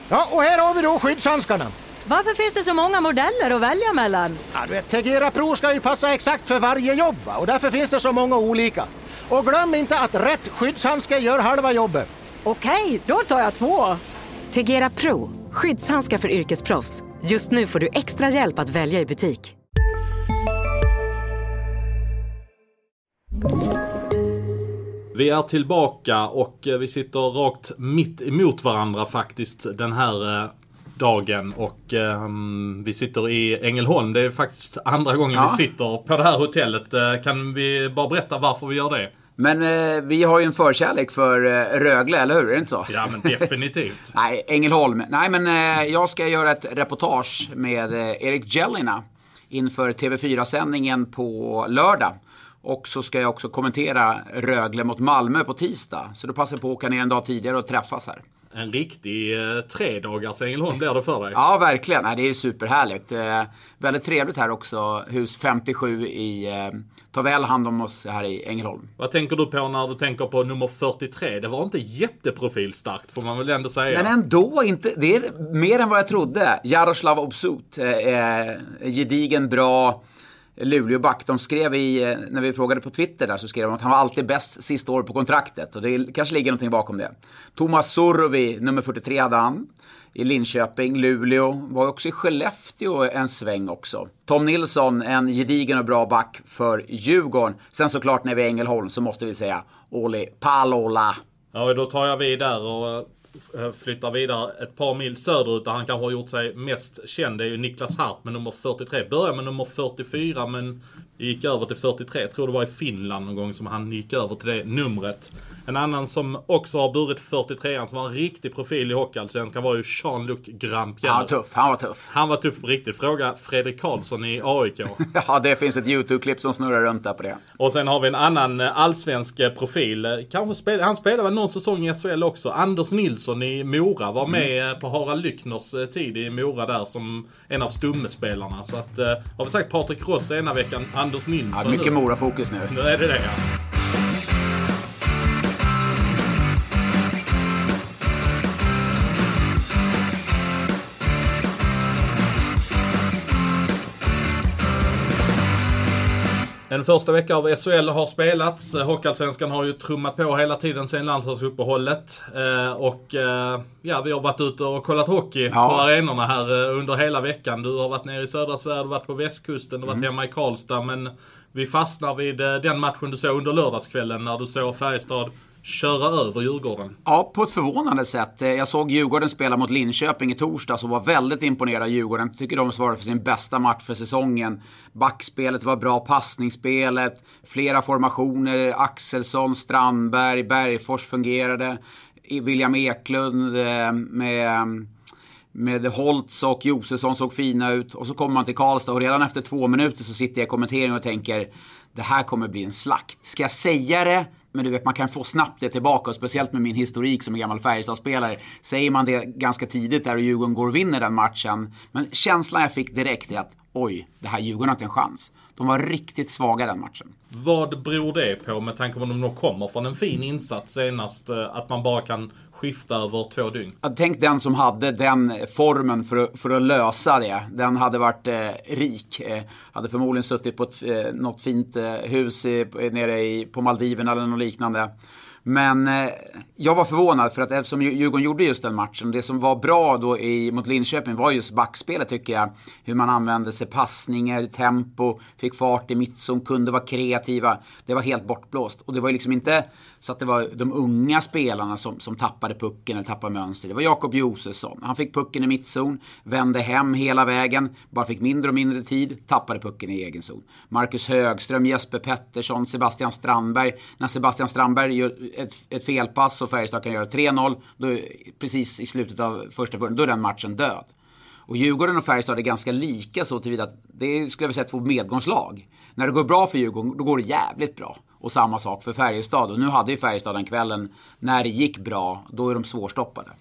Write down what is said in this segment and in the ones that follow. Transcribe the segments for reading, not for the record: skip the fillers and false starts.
Ja, och här har vi då skyddshandskarna. Varför finns det så många modeller att välja mellan? Ja, du vet, Tegera Pro ska ju passa exakt för varje jobb, och därför finns det så många olika. Och glöm inte att rätt skyddshandske gör halva jobbet. Okej, då tar jag 2. Tegera Pro, skyddshandskar för yrkesproffs. Just nu får du extra hjälp att välja i butik. Vi är tillbaka och vi sitter rakt mitt emot varandra faktiskt den här dagen. Och vi sitter i Ängelholm. Det är faktiskt andra gången vi sitter på det här hotellet. Kan vi bara berätta varför vi gör det? Men vi har ju en förkärlek för Rögle, eller hur? Är det inte så? Ja, men definitivt. Nej, Ängelholm. Nej, men jag ska göra ett reportage med Erik Jelena inför TV4-sändningen på lördag. Och så ska jag också kommentera Rögle mot Malmö på tisdag. Så då passar jag på att åka ner en dag tidigare och träffas här. En riktig 3 dagars Ängelholm blir det för dig. Ja, verkligen. Nej, det är superhärligt. Väldigt trevligt här också. Hus 57 tar väl hand om oss här i Ängelholm. Vad tänker du på när du tänker på nummer 43? Det var inte jätteprofilstarkt, får man väl ändå säga. Men ändå inte. Det är mer än vad jag trodde. Jaroslav Obsut. Gedigen, bra Luleåback. De skrev när vi frågade på Twitter där, så skrev de att han var alltid bäst sista år på kontraktet. Och det kanske ligger någonting bakom det. Thomas Sorovi, nummer 43 hade han i Linköping. Luleå var också i Skellefteå en sväng också. Tom Nilsson, en gedigen och bra back för Djurgården. Sen såklart när vi är i Ängelholm så måste vi säga Oli Palola. Ja, då tar jag vid där och flyttar vidare ett par mil söderut där han kanske har gjort sig mest känd. Det är ju Niklas Hart med nummer 43. Började med nummer 44 men gick över till 43. Jag tror det var i Finland någon gång som han gick över till det numret. En annan som också har burit 43, som var en riktig profil i Hockeyallsvenskan, var ju Jean-Luc Grandpierre. Han var tuff. Han var tuff på riktigt. Fråga Fredrik Karlsson i AIK. Ja, det finns ett YouTube-klipp som snurrar runt där på det. Och sen har vi en annan allsvensk profil. Han spelade väl någon säsong i SHL också. Anders Nilsson i Mora var med på Harald Lyckners tid i Mora där som en av stummespelarna. Så att, har vi sagt Patrik Ross ena veckan, Anders Nilsson. Ja, mycket Mora-fokus nu. Nu är det, ja. En första vecka av SHL har spelats. Hockeyallsvenskan har ju trummat på hela tiden sedan landslagsuppehållet. Vi har varit ute och kollat hockey på arenorna här under hela veckan. Du har varit nere i södra Sverige, du har varit på västkusten, du har varit hemma i Karlstad. Men vi fastnar vid den matchen du såg under lördagskvällen när du såg Färjestad köra över Djurgården. Ja, på ett förvånande sätt. Jag såg Djurgården spela mot Linköping i torsdag och var väldigt imponerad av Djurgården. Jag tycker de svarade för sin bästa match för säsongen. Backspelet var bra, passningsspelet, flera formationer, Axelsson, Strandberg, Bergfors fungerade. William Eklund med Holtz och Josefsson såg fina ut. Och så kommer man till Karlstad och redan efter 2 minuter så sitter jag i kommenteringen och tänker, det här kommer bli en slakt. Ska jag säga det? Men du vet, man kan få snabbt det tillbaka, och speciellt med min historik som en gammal Färjestad-spelare. Säger man det ganska tidigt där och Djurgården går och vinner den matchen. Men känslan jag fick direkt är att oj, det här Djurgården har inte en chans. De var riktigt svaga den matchen. Vad beror det på med tanke på att de kommer från en fin insats senast, att man bara kan skifta över 2 dygn? Tänk den som hade den formen för att lösa det. Den hade varit rik. Hade förmodligen suttit på något fint hus nere på Maldiverna eller något liknande. Men jag var förvånad för att eftersom Djurgården gjorde just den matchen, det som var bra då mot Linköping var just backspelet tycker jag. Hur man använde sig, passningar, tempo, fick fart i mittzon, kunde vara kreativa. Det var helt bortblåst. Och det var liksom inte så att det var de unga spelarna som tappade pucken eller tappade mönster. Det var Jakob Josefsson. Han fick pucken i mittzon, vände hem hela vägen, bara fick mindre och mindre tid, tappade pucken i egen zon. Marcus Högström, Jesper Pettersson, Sebastian Strandberg. När Sebastian Strandberg gör ett felpass och Färjestad kan göra 3-0, då, precis i slutet av första perioden, då är den matchen död. Och Djurgården och Färjestad är ganska lika så tillvida att det skulle jag säga 2 medgångslag. När det går bra för Djurgården, då går det jävligt bra. Och samma sak för Färjestad. Och nu hade ju Färjestad den kvällen, när det gick bra, då är de svårstoppade.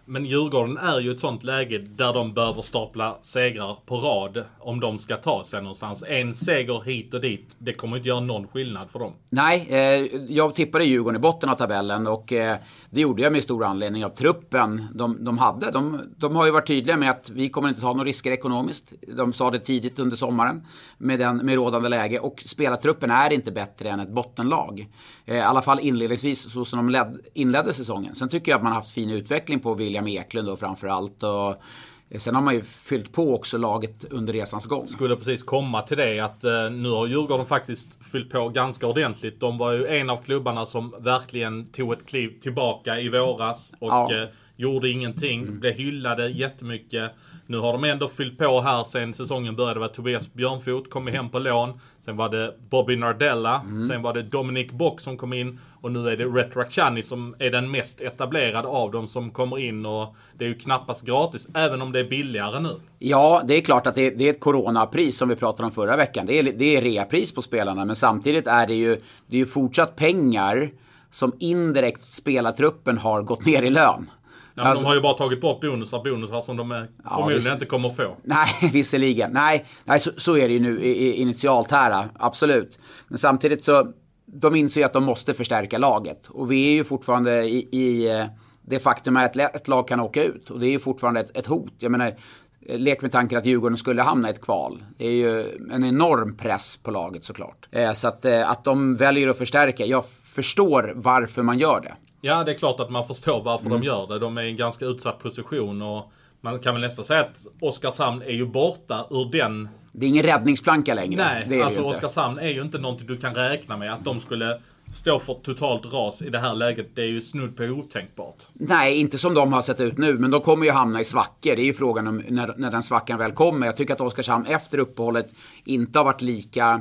Men Djurgården är ju ett sånt läge där de behöver stapla segrar på rad om de ska ta sig någonstans. En seger hit och dit, det kommer inte göra någon skillnad för dem. Nej, jag tippade Djurgården i botten av tabellen och det gjorde jag med stor anledning av truppen de hade. De har ju varit tydliga med att vi kommer inte ta några risker ekonomiskt. De sa det tidigt under sommaren med rådande läge, och spelartruppen är inte bättre än ett bottenlag. I alla fall inledningsvis så som de inledde säsongen. Sen tycker jag att man har haft fin utveckling på William Eklund och framförallt, och sen har man ju fyllt på också laget under resans gång. Skulle precis komma till det att nu har Djurgården faktiskt fyllt på ganska ordentligt. De var ju en av klubbarna som verkligen tog ett kliv tillbaka i våras och gjorde ingenting. Blev hyllade jättemycket. Nu har de ändå fyllt på här sen säsongen började. Var Tobias Björnfot kom hem på lån. Sen var det Bobby Nardella. Sen var det Dominic Bock som kom in. Och nu är det Rhett Rakhshani som är den mest etablerade av dem som kommer in. Och det är ju knappast gratis, även om det är billigare nu. Ja, det är klart att det är ett coronapris som vi pratade om förra veckan. Det är reapris på spelarna. Men samtidigt är det är ju fortsatt pengar som indirekt spelartruppen har gått ner i lön. Ja, alltså, de har ju bara tagit bort bonusar som de förmodligen inte kommer att få. Nej, visserligen. Nej, så är det ju nu initialt här, absolut. Men samtidigt så, de inser ju att de måste förstärka laget. Och vi är ju fortfarande i det faktum att ett lag kan åka ut. Och det är ju fortfarande ett hot. Jag menar, lek med tanken att Djurgården skulle hamna i ett kval. Det är ju en enorm press på laget såklart. Så att de väljer att förstärka. Jag förstår varför man gör det. Ja, det är klart att man förstår varför de gör det. De är i en ganska utsatt position och man kan väl nästan säga att Oskarshamn är ju borta ur den... Det är ingen räddningsplanka längre. Nej, det är alltså Oskarshamn är ju inte någonting du kan räkna med. Att de skulle stå för totalt ras i det här läget, det är ju snudd på otänkbart. Nej, inte som de har sett ut nu, men de kommer ju hamna i svackor. Det är ju frågan om när den svackan väl kommer. Jag tycker att Oskarshamn efter uppehållet inte har varit lika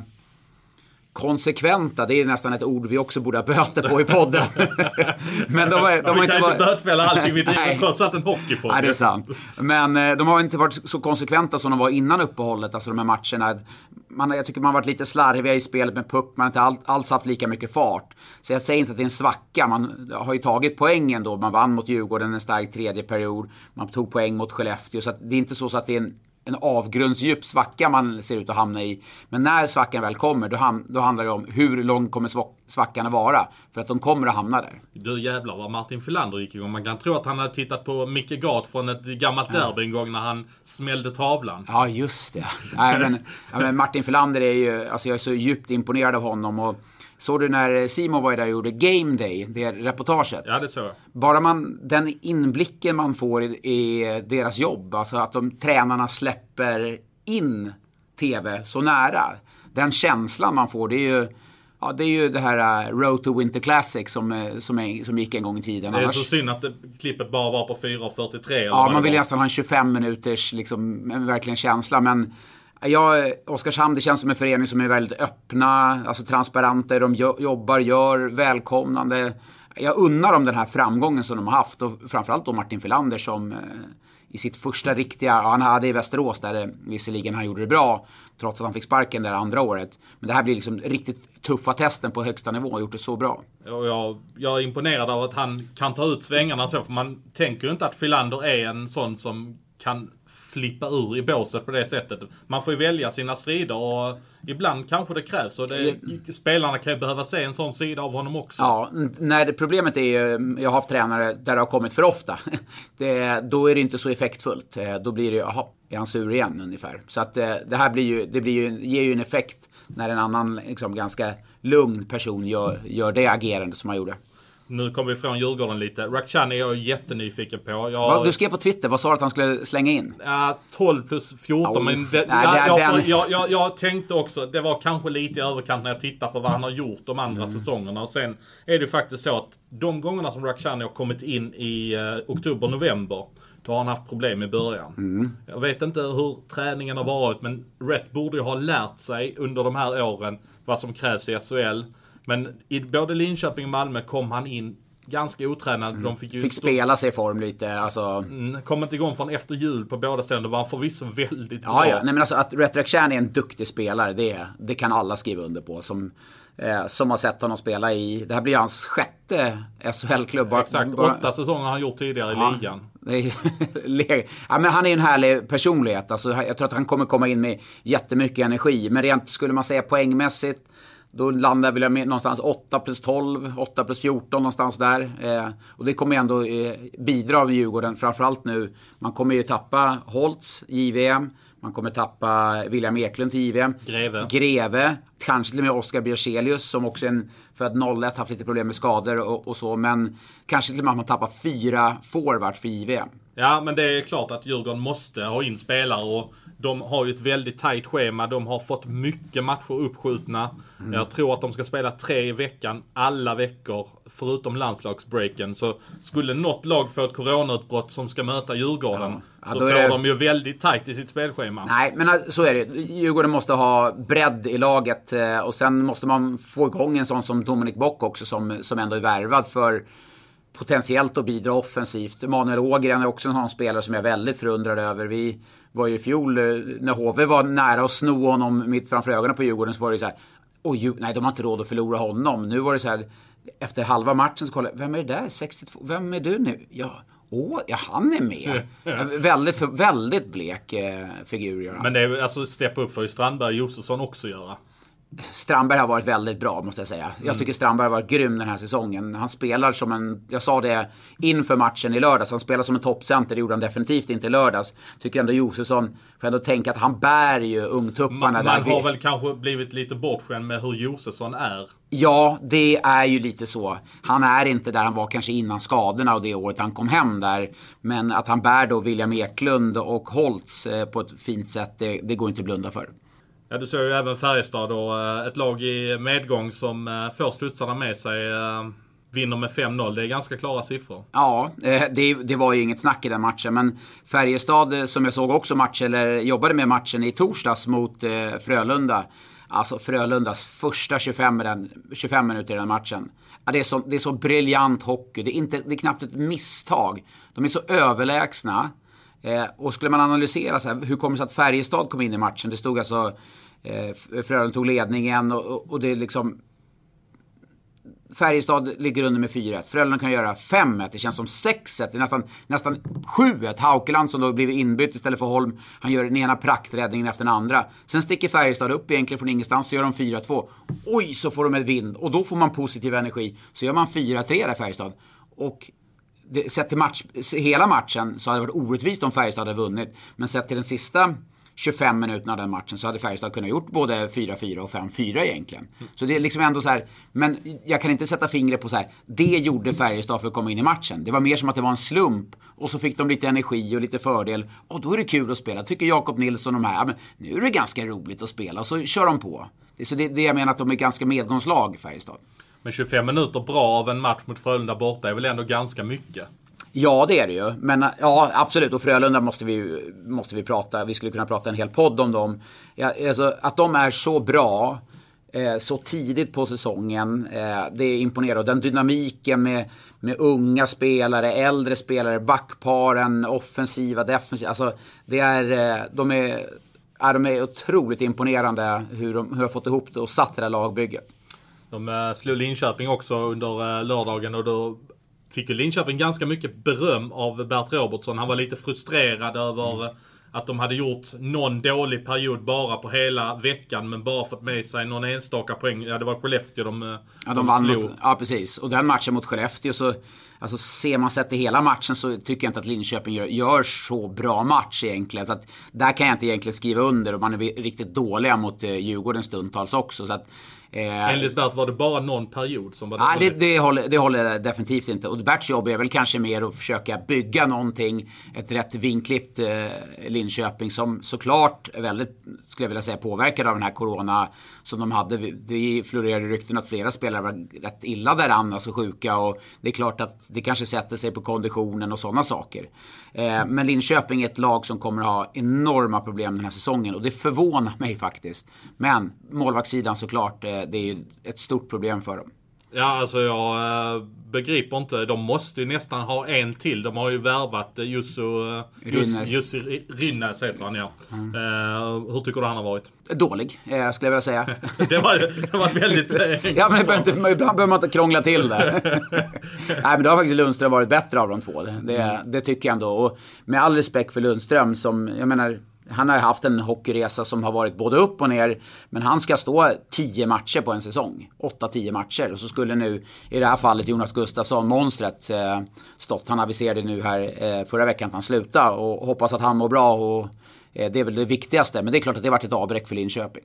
konsekventa. Det är nästan ett ord vi också borde ha böter på i podden. Men de har inte varit... bötfälla allting vi driver trots att en hockeypodd. Nej, det är sant. Men de har inte varit så konsekventa som de var innan uppehållet, alltså de här matcherna. Jag tycker man har varit lite slarviga i spelet med puck. Man har inte alls haft lika mycket fart. Så jag säger inte att det är en svacka. Man har ju tagit poängen då. Man vann mot Djurgården en stark tredje period. Man tog poäng mot Skellefteå. Så att det är inte så att det är en avgrundsdjup svacka man ser ut att hamna i. Men när svackan väl kommer, då handlar det om hur lång kommer svackan att vara. För att de kommer att hamna där. Du jävlar vad Martin Filander gick igång. Man kan tro att han hade tittat på Micke Gat från ett gammalt derby en gång när han smällde tavlan. Ja, just det. Nej, men Martin Filander är ju... Alltså jag är så djupt imponerad av honom. Och såg du när Simon var där och gjorde Game Day, det reportaget? Ja, det så. Bara den inblicken man får i deras jobb, alltså att tränarna släpper in tv så nära. Den känslan man får, det är ju det här Road to Winter Classic som gick en gång i tiden. Det är så synd att klippet bara var på 4:43. Ja, man vill nästan ha en 25 minuters liksom, verkligen känsla, men Oskarshamn, det känns som en förening som är väldigt öppna, alltså transparenta, de gör välkomnande. Jag unnar dem den här framgången som de har haft, och framförallt då Martin Filander som i sitt första han hade i Västerås där visserligen han gjorde det bra trots att han fick sparken där andra året, men det här blir liksom riktigt tuffa testen på högsta nivå och gjort det så bra. Jag är imponerad av att han kan ta ut svängarna så, för man tänker ju inte att Filander är en sån som kan flippa ur i båset på det sättet. Man får ju välja sina strider och ibland kanske det krävs, och spelarna kan ju behöva se en sån sida av honom också. Ja, problemet är ju, jag har haft tränare där det har kommit för ofta. Då är det inte så effektfullt. Då blir det, är han sur igen ungefär. Så att det här ger ju en effekt när en annan liksom, ganska lugn person gör det agerande som han gjorde. Nu kommer vi från Djurgården lite. Rakhshani är jag jättenyfiken på. Du skrev på Twitter, vad sa du att han skulle slänga in? 12 plus 14. Men jag tänkte också, det var kanske lite i överkant när jag tittar på vad han har gjort de andra säsongerna. Och sen är det faktiskt så att de gångerna som Rakhshani har kommit in i oktober-november, då har han haft problem i början. Jag vet inte hur träningen har varit, men Rhett borde ju ha lärt sig under de här åren vad som krävs i SHL. Men i både Linköping och Malmö kom han in ganska otränad. De fick spela sig i form lite. Alltså... Kom inte igång från efter jul på båda ställen. Det var förvisso väldigt bra. Ja. Nej, men alltså att Rhett Rakhshani är en duktig spelare, det kan alla skriva under på. Som har sett honom spela i... Det här blir hans 6:e SHL-klubb. Exakt, 8 säsonger har han gjort tidigare i ligan. Ja, men han är en härlig personlighet. Alltså, jag tror att han kommer komma in med jättemycket energi. Men rent skulle man säga poängmässigt, då landar väl någonstans 8+12, 8+14 någonstans där. Och det kommer ändå bidra med Djurgården. Framförallt nu, man kommer ju tappa Holtz i JVM. Man kommer tappa William Eklund till JVM. Greve. Kanske till och med Oskar Bjärselius som också för att 01 haft lite problem med skador och så. Men kanske till och med att man tappar 4 forwards för JVM. Ja, men det är klart att Djurgården måste ha in spelare och de har ju ett väldigt tajt schema. De har fått mycket matcher uppskjutna. Jag tror att de ska spela 3 i veckan alla veckor förutom landslagsbreaken. Så skulle något lag få ett coronautbrott som ska möta Djurgården så får de ju väldigt tajt i sitt spelschema. Nej, men så är det. Djurgården måste ha bredd i laget och sen måste man få igång en sån som Dominik Bock också som ändå är värvad för potentiellt att bidra offensivt. Manuel Ågren är också en sån spelare som jag är väldigt förundrad över. Vi var ju i fjol när HV var nära att sno honom mitt framför ögonen på Djurgården, så var det så här, nej, de har inte råd att förlora honom. Nu var det så här, efter halva matchen så kollade jag, vem är det där? 62, vem är du nu? Ja, han är med. Väldigt blek figur. Men det är alltså steppa upp för ju Strandberg och Josefsson också göra. Strandberg har varit väldigt bra, måste jag säga. Jag tycker Strandberg har varit grym den här säsongen. Han spelar som jag sa det inför matchen i lördags, han spelar som en toppcenter. Det gjorde han definitivt inte i lördags. Tycker ändå Josefsson, får ändå tänka att han bär ju ungtupparna. Man har väl kanske blivit lite bortskämd med hur Josefsson är. Ja, det är ju lite så. Han är inte där han var kanske innan skadorna och det året han kom hem där. Men att han bär då William Eklund och Holtz på ett fint sätt, det går inte att blunda för. Ja, du ser ju även Färjestad och ett lag i medgång som får studsarna med sig, vinner med 5-0. Det är ganska klara siffror. Ja, det var ju inget snack i den matchen. Men Färjestad, som jag såg också jobbade med matchen i torsdags mot Frölunda. Alltså Frölundas första 25 minuter i den matchen. Ja, det är så briljant hockey. Det är knappt ett misstag. De är så överlägsna. Och skulle man analysera så här, hur kommer det sig att Färjestad kom in i matchen? Det stod alltså Frölunda tog ledningen och det är liksom Färjestad ligger under med 4-1. Frölunda kan göra 5-1. Det känns som 6-1. Det är nästan 7-1. Haukeland som då blivit inbytt istället för Holm. Han gör den ena prakträddningen efter den andra. Sen sticker Färjestad upp egentligen från ingenstans, så gör de 4-2. Oj, så får de ett vind. Och då får man positiv energi. Så gör man 4-3 där Färjestad. Och sett till hela matchen så hade det varit orättvist om Färjestad hade vunnit. Men sett till den sista 25 minuterna av den matchen så hade Färjestad kunnat gjort både 4-4 och 5-4 egentligen. Så det är liksom ändå så här, men jag kan inte sätta fingret på så här, det gjorde Färjestad för att komma in i matchen. Det var mer som att det var en slump och så fick de lite energi och lite fördel och då är det kul att spela. Tycker Jakob Nilsson och de här, men nu är det ganska roligt att spela och så kör de på. Så det jag menar att de är ganska medgångslag Färjestad. Men 25 minuter bra av en match mot Frölunda borta är väl ändå ganska mycket? Ja, det är det ju. Men ja, absolut. Och Frölunda måste vi prata. Vi skulle kunna prata en hel podd om dem. Ja, alltså, att de är så bra så tidigt på säsongen, det är imponerande. Och den dynamiken med unga spelare, äldre spelare, backparen, offensiva, defensiva. Alltså, de är otroligt imponerande hur de har fått ihop det och satt det där lagbygget. De slog Linköping också under lördagen och då fick ju Linköping ganska mycket beröm av Bert Robertsson. Han var lite frustrerad över att de hade gjort någon dålig period bara på hela veckan men bara fått med sig någon enstaka poäng. Ja, det var Skellefteå de slog. Ja, precis. Och den matchen mot Skellefteå så alltså ser man sett i hela matchen så tycker jag inte att Linköping gör så bra match egentligen. Så att där kan jag inte egentligen skriva under och man är riktigt dåliga mot Djurgården stundtals också. Så att enligt Bert var det bara någon period som var det. Nej, det håller definitivt inte. Och Berts jobb är väl kanske mer att försöka bygga någonting, ett rätt vinklippt Linköping som såklart är väldigt, skulle jag vilja säga, påverkad av den här corona som de hade. Det florerade rykten att flera spelare var rätt illa däran, alltså sjuka, och det är klart att det kanske sätter sig på konditionen och sådana saker. Men Linköping är ett lag som kommer att ha enorma problem den här säsongen och det förvånar mig faktiskt. Men målvaktssidan såklart, det är ju ett stort problem för dem. Ja, alltså jag begriper inte. De måste ju nästan ha en till. De har ju värvat Jussi Rinnes heter han, ja. Hur tycker du han har varit? Dålig, skulle jag vilja säga. det var väldigt enkelt. Ja, men ibland behöver man inte krångla till det. Nej, men då har faktiskt Lundström varit bättre av de två. Det tycker jag ändå. Och med all respekt för Lundström, som jag menar, han har haft en hockeyresa som har varit både upp och ner. Men han ska stå 10 matcher på en säsong. 8-10 matcher. Och så skulle nu, i det här fallet, Jonas Gustafsson, monstret, stått. Han aviserade nu här förra veckan att han slutar. Och hoppas att han mår bra. Och det är väl det viktigaste. Men det är klart att det har varit ett avbräck för Linköping.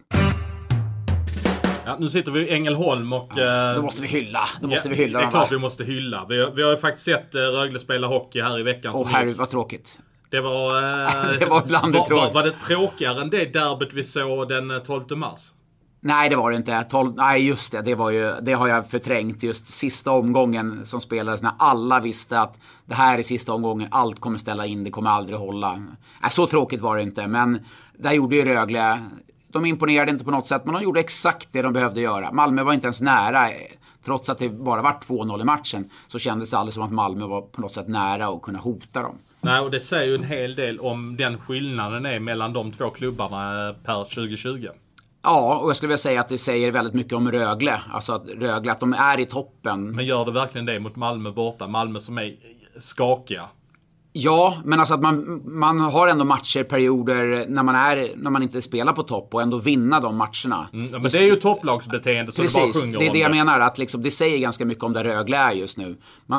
Ja, nu sitter vi i Ängelholm och... Då måste vi hylla. Det är klart vi måste hylla. Vi har ju faktiskt sett Rögle spela hockey här i veckan. Herre, vad tråkigt. Det var... det var bland det tråkigt. Var det tråkigare än det derbyt vi såg den 12 mars? Nej, det var det inte. Nej, just det. Det har jag förträngt. Just sista omgången som spelades när alla visste att det här är sista omgången. Allt kommer ställa in. Det kommer aldrig hålla. Nej, så tråkigt var det inte. Men där gjorde ju Rögle... De imponerade inte på något sätt, men de gjorde exakt det de behövde göra. Malmö var inte ens nära. Trots att det bara var 2-0 i matchen så kändes det aldrig som att Malmö var på något sätt nära att kunna hota dem. Nej, och det säger ju en hel del om den skillnaden är mellan de två klubbarna per 2020. Ja, och jag skulle vilja säga att det säger väldigt mycket om Rögle. Alltså att Rögle, att de är i toppen. Men gör det verkligen det mot Malmö borta? Malmö som är skakiga. Ja, men alltså att man har ändå matcher, perioder när man inte spelar på topp och ändå vinna de matcherna. Men det är ju topplagsbeteende så precis, det bara sjunger det är om det jag menar, att liksom, det säger ganska mycket om där Rögle är just nu.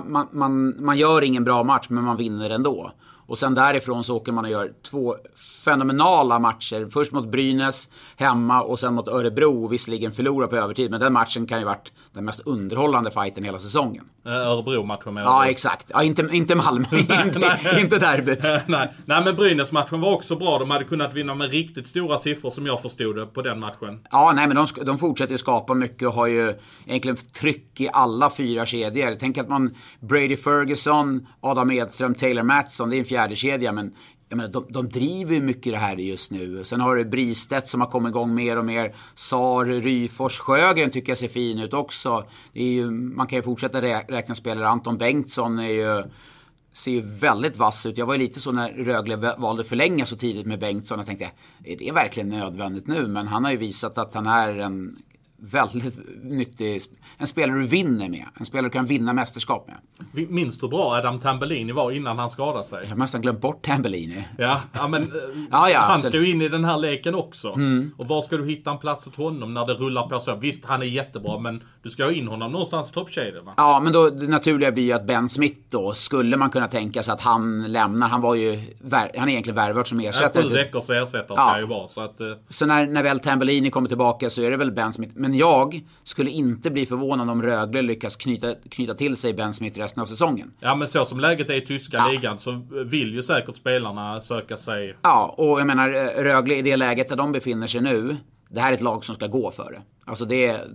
Man gör ingen bra match, men man vinner ändå. Och sen därifrån så åker man och gör 2 fenomenala matcher. Först mot Brynäs hemma och sen mot Örebro, och visserligen förlorar på övertid. Men den matchen kan ju varit den mest underhållande fighten hela säsongen. Örebro-matchen med Ja, exakt. Ja, inte Malmö, inte derbyt. Nej, men Brynäs-matchen var också bra. De hade kunnat vinna med riktigt stora siffror som jag förstod det på den matchen. Ja, nej, men de fortsätter ju skapa mycket och har ju egentligen tryck i alla 4 kedjor. Tänk att man Brady Ferguson, Adam Edström, Taylor Mattsson, det är en 4:e kedja, men jag menar, de driver ju mycket det här just nu. Sen har du Bristedt som har kommit igång mer och mer. Sar, Ryfors, Sjögren tycker jag ser fin ut också. Det är ju, man kan ju fortsätta räkna spelare. Anton Bengtsson ser ju väldigt vass ut. Jag var ju lite så när Rögle valde förlänga så tidigt med Bengtsson. Jag tänkte, är det verkligen nödvändigt nu? Men han har ju visat att han är en väldigt nyttig, en spelare du vinner med. En spelare du kan vinna mästerskap med. Minns du bra Adam Tambellini var innan han skadade sig? Jag har nästan glömt bort Tambellini. Ja men han ska ju in i den här leken också. Och var ska du hitta en plats åt honom när det rullar på så? Visst, han är jättebra, men du ska ha in honom någonstans i toppkedjan, va? Ja, men då det naturliga blir ju att Ben Smith då, skulle man kunna tänka sig att han lämnar. Han är egentligen värvat som ersättare. 7 veckors ersättare ska ju vara. Så när väl Tambellini kommer tillbaka så är det väl Ben Smith. Men jag skulle inte bli förvånad om Rögle lyckas knyta till sig Ben Smith resten av säsongen. Ja, men så som läget är i tyska ligan så vill ju säkert spelarna söka sig. Ja, och jag menar Rögle i det läget där de befinner sig nu, det här är ett lag som ska gå före. Alltså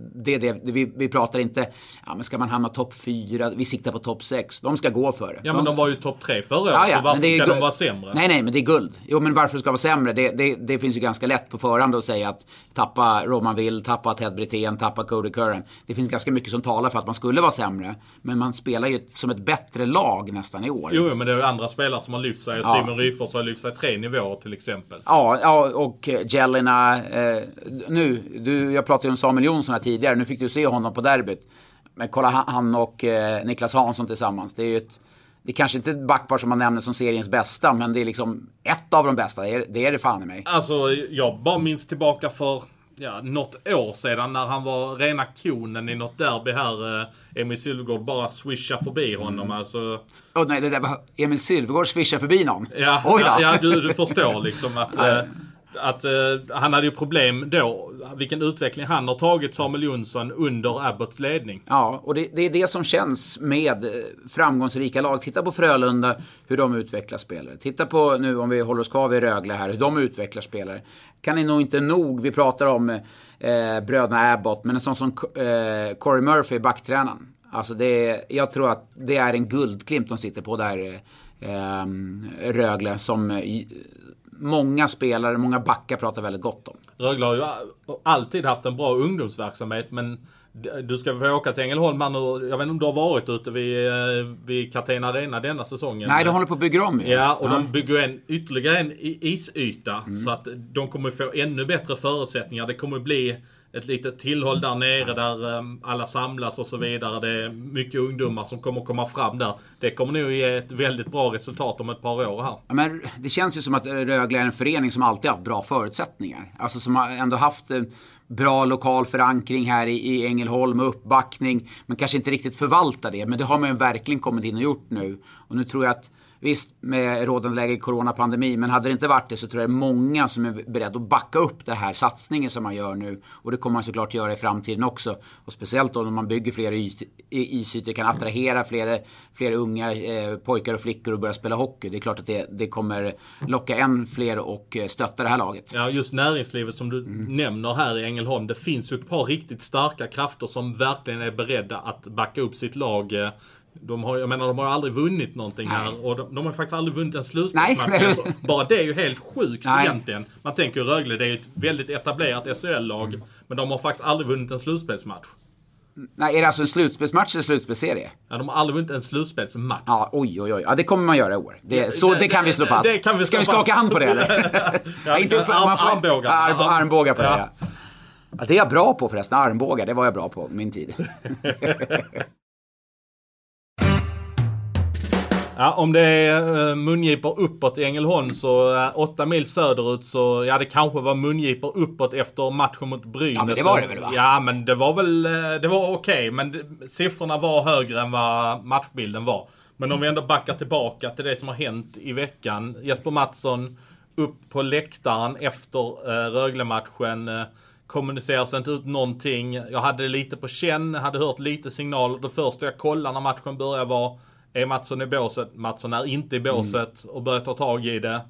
vi pratar inte, ja men ska man hamna topp 4, vi siktar på topp 6. De ska gå före. Ja, men de var ju topp 3 förra året, så varför ska de vara sämre? Nej, men det är guld. Jo, men varför ska de vara sämre? Det finns ju ganska lätt på förhand att säga att tappa Roman Will, tappa Ted Brithén, tappa Cody Curran. Det finns ganska mycket som talar för att man skulle vara sämre. Men man spelar ju som ett bättre lag nästan i år. Jo, men det är ju andra spelare som har lyft sig. Ja. Simon Ryfors har lyft sig 3 nivåer till exempel. Ja, och Jelena, jag pratade ju om Samuel Jonsson här tidigare. Nu fick du se honom på derbyt. Men kolla han och Niklas Hansson tillsammans. Det är ju kanske inte ett backpar som man nämner som seriens bästa, men det är liksom ett av de bästa. Det är det fan i mig. Alltså, jag bara minns tillbaka för något år sedan när han var rena konen i något derby här. Emil Sylvegård bara swishade förbi honom. Alltså. Nej, det där var Emil Sylvegård swishade förbi någon. Ja, du förstår liksom att han hade ju problem då, vilken utveckling han har tagit, Samuel Jonsson, under Abbotts ledning. Ja, och det är det som känns med framgångsrika lag. Titta på Frölunda, hur de utvecklar spelare. Titta på nu, om vi håller oss kvar vid Rögle här, hur de utvecklar spelare. Kan ni nog inte nog, vi pratar om bröderna Abbott, men en sån som Corey Murphy, backtränaren. Alltså jag tror att det är en guldklimp de sitter på där, Rögle, som många spelare, många backar pratar väldigt gott om. Rögle har ju alltid haft en bra ungdomsverksamhet, men Du ska få åka till Ängelholm här nu. Jag vet inte om du har varit ute vid Catena Arena denna säsongen. Nej, de håller på att bygga om. Ja, och de bygger ytterligare en isyta. Så att de kommer få ännu bättre förutsättningar. Det kommer bli ett litet tillhåll där nere där alla samlas och så vidare. Det är mycket ungdomar som kommer komma fram där. Det kommer nog ge ett väldigt bra resultat om ett par år här. Ja, men det känns ju som att Rögle är en förening som alltid haft bra förutsättningar. Alltså som har ändå haft en bra lokal förankring här i Ängelholm och uppbackning. Men kanske inte riktigt förvaltar det. Men det har man ju verkligen kommit in och gjort nu. Och nu tror jag att visst, med rådande läge i coronapandemi, men hade det inte varit det så tror jag det är många som är beredda att backa upp det här satsningen som man gör nu. Och det kommer man såklart göra i framtiden också. Och speciellt då när man bygger fler isytor, kan attrahera fler unga pojkar och flickor och börja spela hockey. Det är klart att det kommer locka än fler och stötta det här laget. Ja, just näringslivet som du nämner här i Ängelholm. Det finns ju ett par riktigt starka krafter som verkligen är beredda att backa upp sitt lag. De har aldrig vunnit någonting här. Och de har faktiskt aldrig vunnit en slutspelsmatch. Alltså, bara det är ju helt sjukt egentligen. Man tänker Rögle, det är ett väldigt etablerat SHL-lag. Men de har faktiskt aldrig vunnit en slutspelsmatch. Nej, är det alltså en slutspelsmatch eller slutspelsserie? Ja, de har aldrig vunnit en slutspelsmatch. Ja, oj. Ja, det kommer man göra i år. Det kan vi slå fast. Ska vi skaka hand på det eller? Armbågar på det, ja. Ja, det är jag bra på förresten. Armbågar, det var jag bra på min tid. Ja, om det är mungipor uppåt i Ängelholm så 8 mil söderut så det kanske var mungipor uppåt efter matchen mot Brynäs. Ja, men det var det väl, va? Ja, men det var okej. Men siffrorna var högre än vad matchbilden var. Men om vi ändå backar tillbaka till det som har hänt i veckan. Jesper Mattsson upp på läktaren efter Rögle-matchen. Kommuniceras inte ut någonting. Jag hade lite på känn, hade hört lite signaler. Det första jag kollade när matchen började var: är Mattsson i båset? Mattsson är inte i båset och börjar ta tag i det.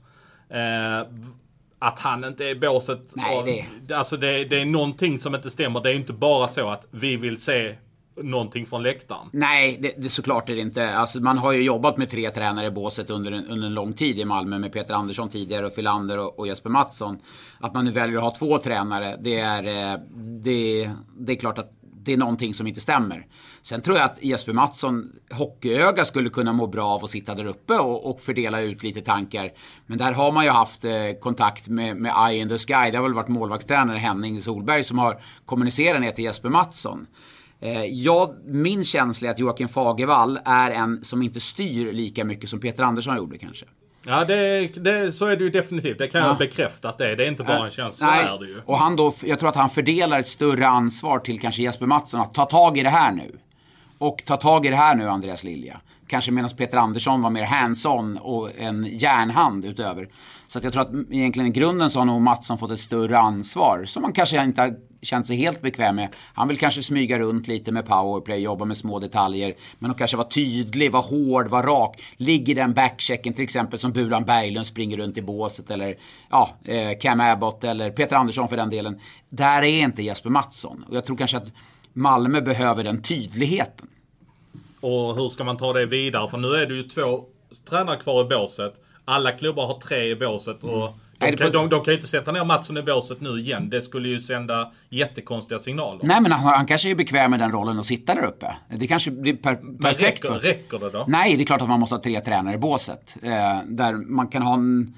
Att han inte är i båset. Nej, det är någonting som inte stämmer. Det är inte bara så att vi vill se någonting från läktaren. Nej, det såklart är det inte. Alltså, man har ju jobbat med 3 tränare i båset under en lång tid i Malmö med Peter Andersson tidigare och Filander och Jesper Mattsson. Att man nu väljer att ha 2 tränare, det är klart att det är någonting som inte stämmer. Sen tror jag att Jesper Mattsson, hockeyöga, skulle kunna må bra av att sitta där uppe och fördela ut lite tankar. Men där har man ju haft kontakt med Eye in the Sky. Det har väl varit målvaktstränare Henning Solberg som har kommunicerat ner till Jesper Mattsson. Min känsla är att Joakim Fagervall är en som inte styr lika mycket som Peter Andersson gjorde kanske. Ja, så är det ju definitivt. Det kan jag bekräfta att det är inte bara en känsla. Nej. Så är det ju. Och jag tror att han fördelar ett större ansvar till kanske Jesper Mattsson att ta tag i det här nu. Och ta tag i det här nu, Andreas Lilja. Kanske medan Peter Andersson var mer hands-on och en järnhand utöver. Så att jag tror att egentligen i grunden så har nog Mattsson fått ett större ansvar som man kanske inte har känt sig helt bekväm med. Han vill kanske smyga runt lite med powerplay, jobba med små detaljer, men att kanske vara tydlig, vara hård, vara rak. Ligger den backchecken till exempel som Bulan Berglund springer runt i båset, eller Cam Abbott eller Peter Andersson för den delen. Där är inte Jesper Mattsson. Och jag tror kanske att Malmö behöver den tydligheten. Och hur ska man ta det vidare? För nu är det ju 2 tränare kvar i båset. Alla klubbar har 3 i båset. Och de kan ju inte sätta ner Mattsson i båset nu igen. Det skulle ju sända jättekonstiga signaler. Nej, men han kanske är bekväm med den rollen att sitta där uppe. Det kanske blir perfekt. Räcker det då? Nej, det är klart att man måste ha 3 tränare i båset. Där man kan ha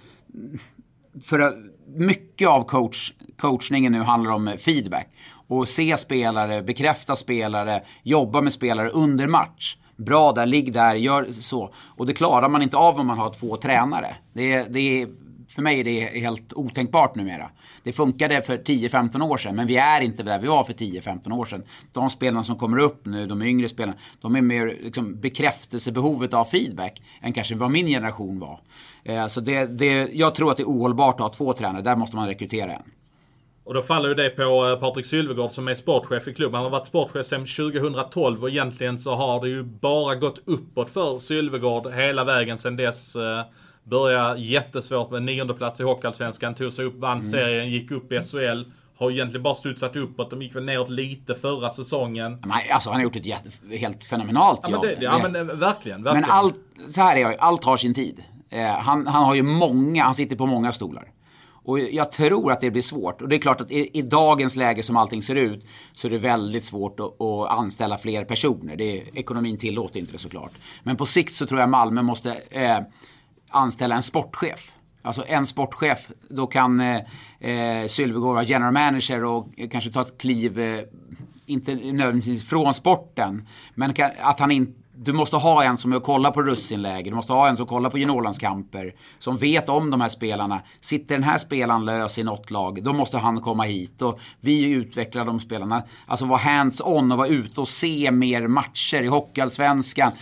mycket av coachningen nu handlar om feedback. Och se spelare, bekräfta spelare, jobba med spelare under match. Bra där, ligg där, gör så. Och det klarar man inte av om man har 2 tränare. För mig är det helt otänkbart numera. Det funkade för 10-15 år sedan, men vi är inte där vi var för 10-15 år sedan. De spelarna som kommer upp nu, de yngre spelarna, de är mer bekräftelsebehovet av feedback än kanske vad min generation var. Så jag tror att det är ohållbart att ha 2 tränare. Där måste man rekrytera en. Och då faller ju det på Patrik Sylvegård som är sportchef i klubben. Han har varit sportchef sedan 2012 och egentligen så har det ju bara gått uppåt för Sylvegård hela vägen sedan dess. Började jättesvårt med 9:e plats i Hockeyallsvenskan, tog sig upp, vann serien, gick upp i SHL. Har egentligen bara studsat uppåt. De gick väl neråt lite förra säsongen. Men, alltså, han har gjort ett helt fenomenalt jobb. Men verkligen. Men allt har sin tid. Han sitter på många stolar. Och jag tror att det blir svårt. Och det är klart att i dagens läge som allting ser ut så är det väldigt svårt att anställa fler personer. Ekonomin tillåter inte det såklart. Men på sikt så tror jag Malmö måste anställa en sportchef. Alltså en sportchef, då kan Sylvegård vara general manager och kanske ta ett kliv, inte nödvändigtvis från sporten, men att han inte. Du måste ha en som kollar på russinläge. Du måste ha en som kollar på juniorlandskamper. Som vet om de här spelarna. Sitter den här spelaren lös i något lag, då måste han komma hit. Och vi utvecklar de spelarna. Alltså vara hands-on och vara ute och se mer matcher i Hockeyallsvenskan.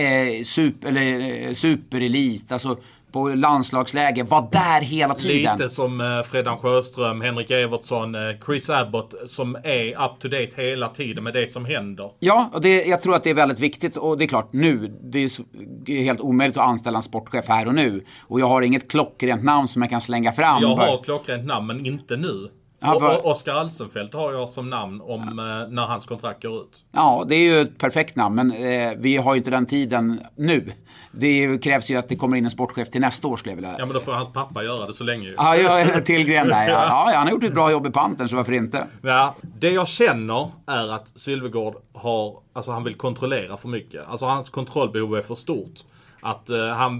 Superelit. Alltså på landslagsläge, var där hela tiden. Lite som Fredan Sjöström, Henrik Evertsson, Chris Abbott som är up to date hela tiden med det som händer. Ja, och jag tror att det är väldigt viktigt, och det är klart nu, det är helt omöjligt att anställa en sportchef här och nu. Och jag har inget klockrent namn som jag kan slänga fram. Jag har klockrent namn, men inte nu. Oskar Alsenfelt har jag som namn om när hans kontrakt går ut. Ja, det är ju ett perfekt namn, men vi har ju inte den tiden nu. Det krävs ju att det kommer in en sportchef till nästa år, skulle jag vilja. Ja, men då får hans pappa göra det så länge. Ja, Tillgren där. Ja, han har gjort ett bra jobb i Pantern, så varför inte? Ja, det jag känner är att Sylvegård han vill kontrollera för mycket. Alltså hans kontrollbehov är för stort. Att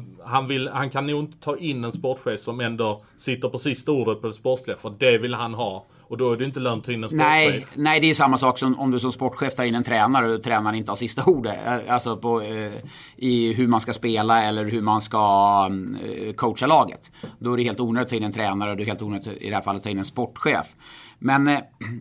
han kan nog inte ta in en sportchef som ändå sitter på sista ordet på det sportsliga, för det vill han ha. Och då är det inte lönt att ta in en sportchef. Nej, det är samma sak som om du som sportchef tar in en tränare och tränaren inte har sista ordet. Alltså i hur man ska spela eller hur man ska coacha laget. Då är det helt onödigt att ta in en tränare, och det är helt onödigt i det här fallet att ta in en sportchef. Men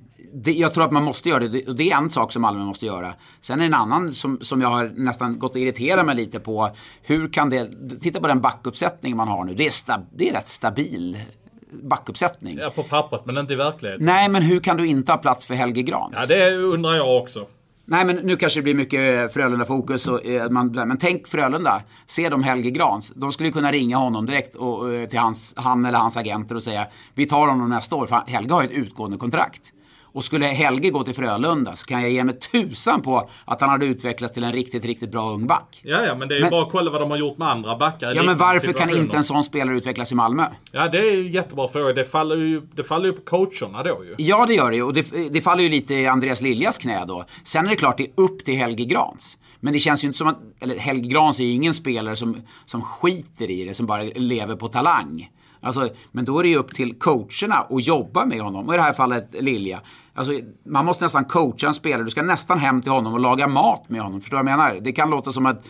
jag tror att man måste göra det. Och det är en sak som Malmö måste göra. Sen är en annan som jag har nästan gått att irritera mig lite på. Hur kan det... Titta på den backuppsättning man har nu. Det är rätt stabil backuppsättning. Ja, på pappret, men inte i verkligheten. Nej, men hur kan du inte ha plats för Helge Grans? Ja, det undrar jag också. Nej, men nu kanske det blir mycket Frölunda-fokus. Men tänk Frölunda. Se dem Helge Grans. De skulle kunna ringa honom direkt till han eller hans agenter och säga: vi tar honom nästa år, för Helge har ett utgående kontrakt. Och skulle Helge gå till Frölunda så kan jag ge mig tusan på att han hade utvecklats till en riktigt, riktigt bra ung back. Ja, men det är bara att kolla vad de har gjort med andra backar. Ja, men varför kan inte en sån spelare utvecklas i Malmö? Ja, det är ju jättebra fråga. Det faller ju på coacherna då ju. Ja, det gör det ju. Och det faller ju lite i Andreas Liljas knä då. Sen är det klart det är upp till Helge Grans. Men det känns ju inte som att... Eller Helge Grans är ju ingen spelare som skiter i det, som bara lever på talang. Alltså, men då är det ju upp till coacherna att jobba med honom. Och i det här fallet Lilja. Alltså, man måste nästan coacha en spelare. Du ska nästan hem till honom och laga mat med honom. Förstår du vad jag menar? Det kan låta som ett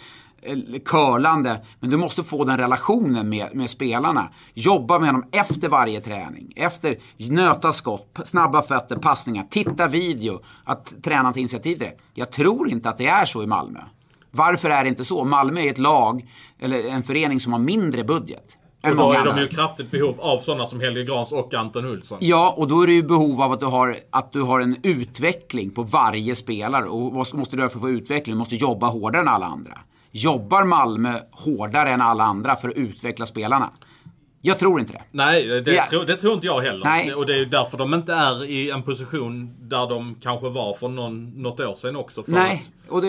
curlande. Men du måste få den relationen med spelarna. Jobba med honom efter varje träning. Efter nöta skott, snabba fötter, passningar. Titta video. Att träna till initiativ till det. Jag tror inte att det är så i Malmö. Varför är det inte så? Malmö är ett lag, eller en förening som har mindre budget. Och då är de ju kraftigt behov av sådana som Helge Grans och Anton Hultsson. Ja, och då är det ju behov av att du har en utveckling på varje spelare. Och vad måste du göra för att få utveckling? Du måste jobba hårdare än alla andra. Jobbar Malmö hårdare än alla andra för att utveckla spelarna? Jag tror inte det. Nej, det tror inte jag heller. Nej. Och det är ju därför de inte är i en position där de kanske var för något år sedan också. Nej, och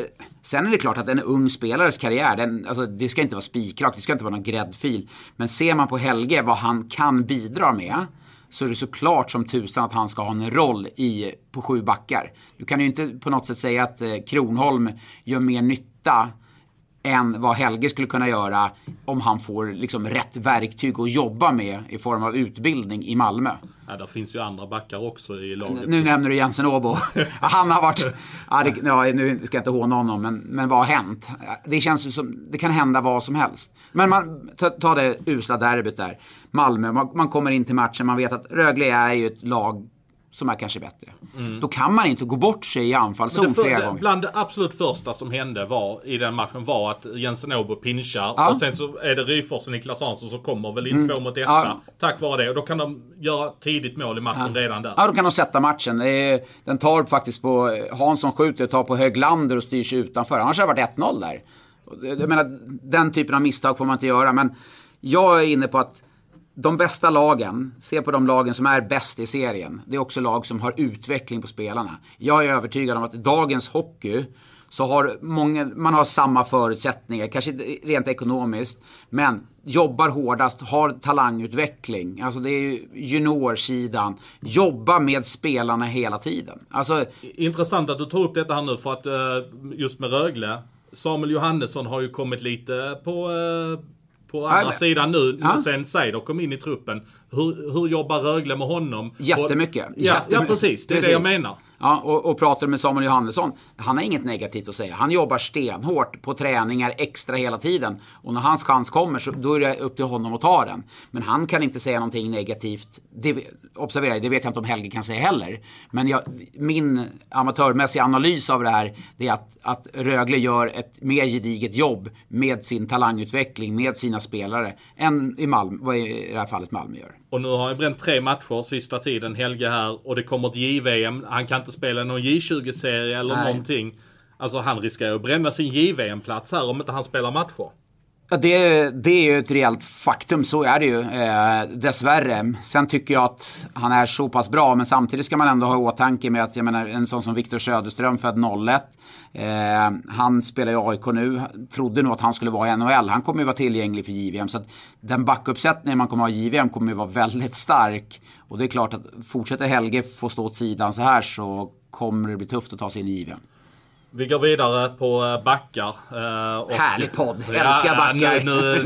sen är det klart att en ung spelares karriär, det ska inte vara spikrakt, det ska inte vara någon gräddfil. Men ser man på Helge vad han kan bidra med, så är det såklart som tusan att han ska ha en roll på 7 backar. Du kan ju inte på något sätt säga att Kronholm gör mer nytta än vad Helge skulle kunna göra om han får liksom rätt verktyg att jobba med i form av utbildning i Malmö. Ja, där finns ju andra backar också i laget. Nu nämner du Jensen Åbo. Han har varit... nu ska jag inte håna honom, men vad har hänt? Det känns ju som... Det kan hända vad som helst. Men man tar det usla derbyt där. Malmö, man kommer in till matchen, man vet att Rögle är ju ett lag som är kanske bättre. Då kan man inte gå bort sig i anfallszon flera gånger. Bland det absolut första som hände i den matchen var att Jensen Åbo pinchar. Och sen så är det Ryfors och Niklas Hansson som kommer väl in 2-1 tack vare det. Och då kan de göra tidigt mål i matchen redan där. Ja, då kan de sätta matchen. Den tar faktiskt på... Hansson skjuter, tar på Höglander och styr sig utanför. Annars har det varit 1-0 där. Jag menar, den typen av misstag får man inte göra. Men jag är inne på att de bästa lagen, se på de lagen som är bäst i serien. Det är också lag som har utveckling på spelarna. Jag är övertygad om att dagens hockey så har man har samma förutsättningar, kanske inte rent ekonomiskt, men jobbar hårdast, har talangutveckling. Alltså det är ju juniorsidan. Jobba med spelarna hela tiden. Alltså, intressant att du tar upp detta här nu, för att just med Rögle, Samuel Johannesson har ju kommit lite på andra sidan nu sen Seider kom in i truppen. Hur jobbar Rögle med honom? Jättemycket. Ja, precis. Det är det jag menar. Ja, och pratar med Samuel Johannesson, han har inget negativt att säga. Han jobbar stenhårt på träningar extra hela tiden. Och när hans chans kommer så då är det upp till honom att ta den. Men han kan inte säga någonting negativt. Observera, det vet jag inte om Helge kan säga heller. Men min amatörmässiga analys av det här, det är att Rögle gör ett mer gediget jobb med sin talangutveckling, med sina spelare, än i Malmö, vad i det här fallet Malmö gör. Och nu har han bränt 3 matcher sista tiden, Helge här. Och det kommer ett JVM. Han kan inte spela någon J20-serie eller någonting. Alltså han riskerar att bränna sin JVM-plats här om inte han spelar matcher. Ja, det är ju ett reellt faktum, så är det ju dessvärre. Sen tycker jag att han är så pass bra, men samtidigt ska man ändå ha i åtanke med att, jag menar, en sån som Viktor Söderström född 01. Han spelar i AIK nu, trodde nog att han skulle vara i NHL. Han kommer ju vara tillgänglig för JVM, så att den backuppsättningen man kommer ha i JVM kommer ju vara väldigt stark. Och det är klart att fortsätter Helge få stå åt sidan så här, så kommer det bli tufft att ta sig in i JVM. Vi går vidare på backar. Härlig podd, älskar backar.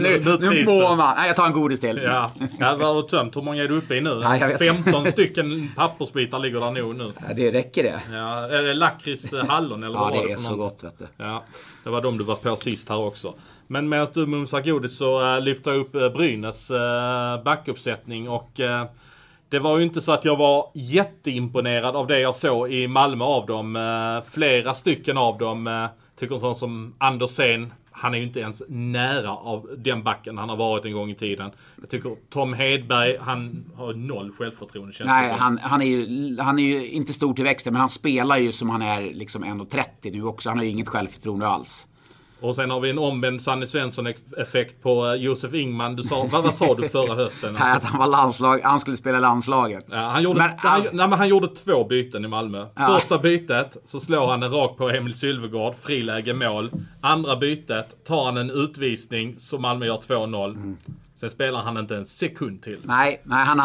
Nu må man. Nej, jag tar en godis till. Ja, vad har du tömt? Hur många är du uppe i nu? Nej, 15 stycken pappersbitar ligger där nog nu. Ja, det räcker det. Ja, är det lakrits hallon eller vad det var det är så gott, vet du. Ja, det var de du var på sist här också. Men medan du mumsar godis så lyfter jag upp Brynäs backuppsättning, och det var ju inte så att jag var jätteimponerad av det jag såg i Malmö av dem. Flera stycken av dem. Tycker sån som Andersen, han är ju inte ens nära av den backen han har varit en gång i tiden. Jag tycker Tom Hedberg, han har 0 självförtroende. Nej, han är ju inte stor till växten, men han spelar ju som han är liksom 1,30 nu också. Han har ju inget självförtroende alls. Och sen har vi en omvänd Sanny Svensson-effekt på Josef Ingman. Du sa, vad sa du förra hösten? Att han var han skulle spela landslaget. Ja, han gjorde 2 byten i Malmö. Ja. Första bytet så slår han en rak på Emil Sylvegård, friläge mål. Andra bytet tar han en utvisning så Malmö gör 2-0. Sen spelar han inte en sekund till. Nej, han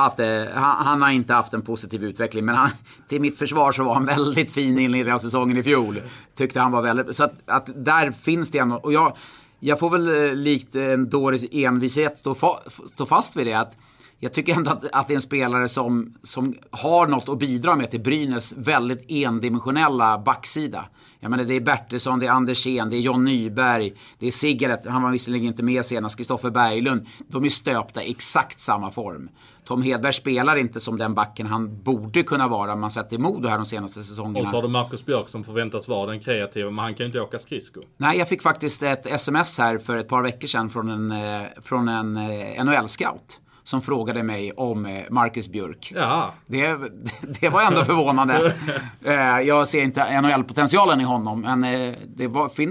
har inte haft en positiv utveckling. Men till mitt försvar så var han väldigt fin inledning av säsongen i fjol. Tyckte han var väldigt... Så att där finns det ändå... Och jag får väl likt en dåres envishet stå fast vid det. Att jag tycker ändå att det är en spelare som har något att bidra med till Brynäs väldigt endimensionella backsida. Jag menar, det är Bertilsson, det är Andersen, det är John Nyberg, det är Sigaret, han var visserligen inte med senast, Kristoffer Berglund. De är stöpta i exakt samma form. Tom Hedberg spelar inte som den backen han borde kunna vara om man sett i Modo här de senaste säsongerna. Och så har du Marcus Björk som förväntas vara den kreativa, men han kan ju inte åka skridsko. Nej, jag fick faktiskt ett sms här för ett par veckor sedan från en NHL-scout. Som frågade mig om Marcus Björk. Ja. Det var ändå förvånande. Jag ser inte NHL-potentialen i honom. Men det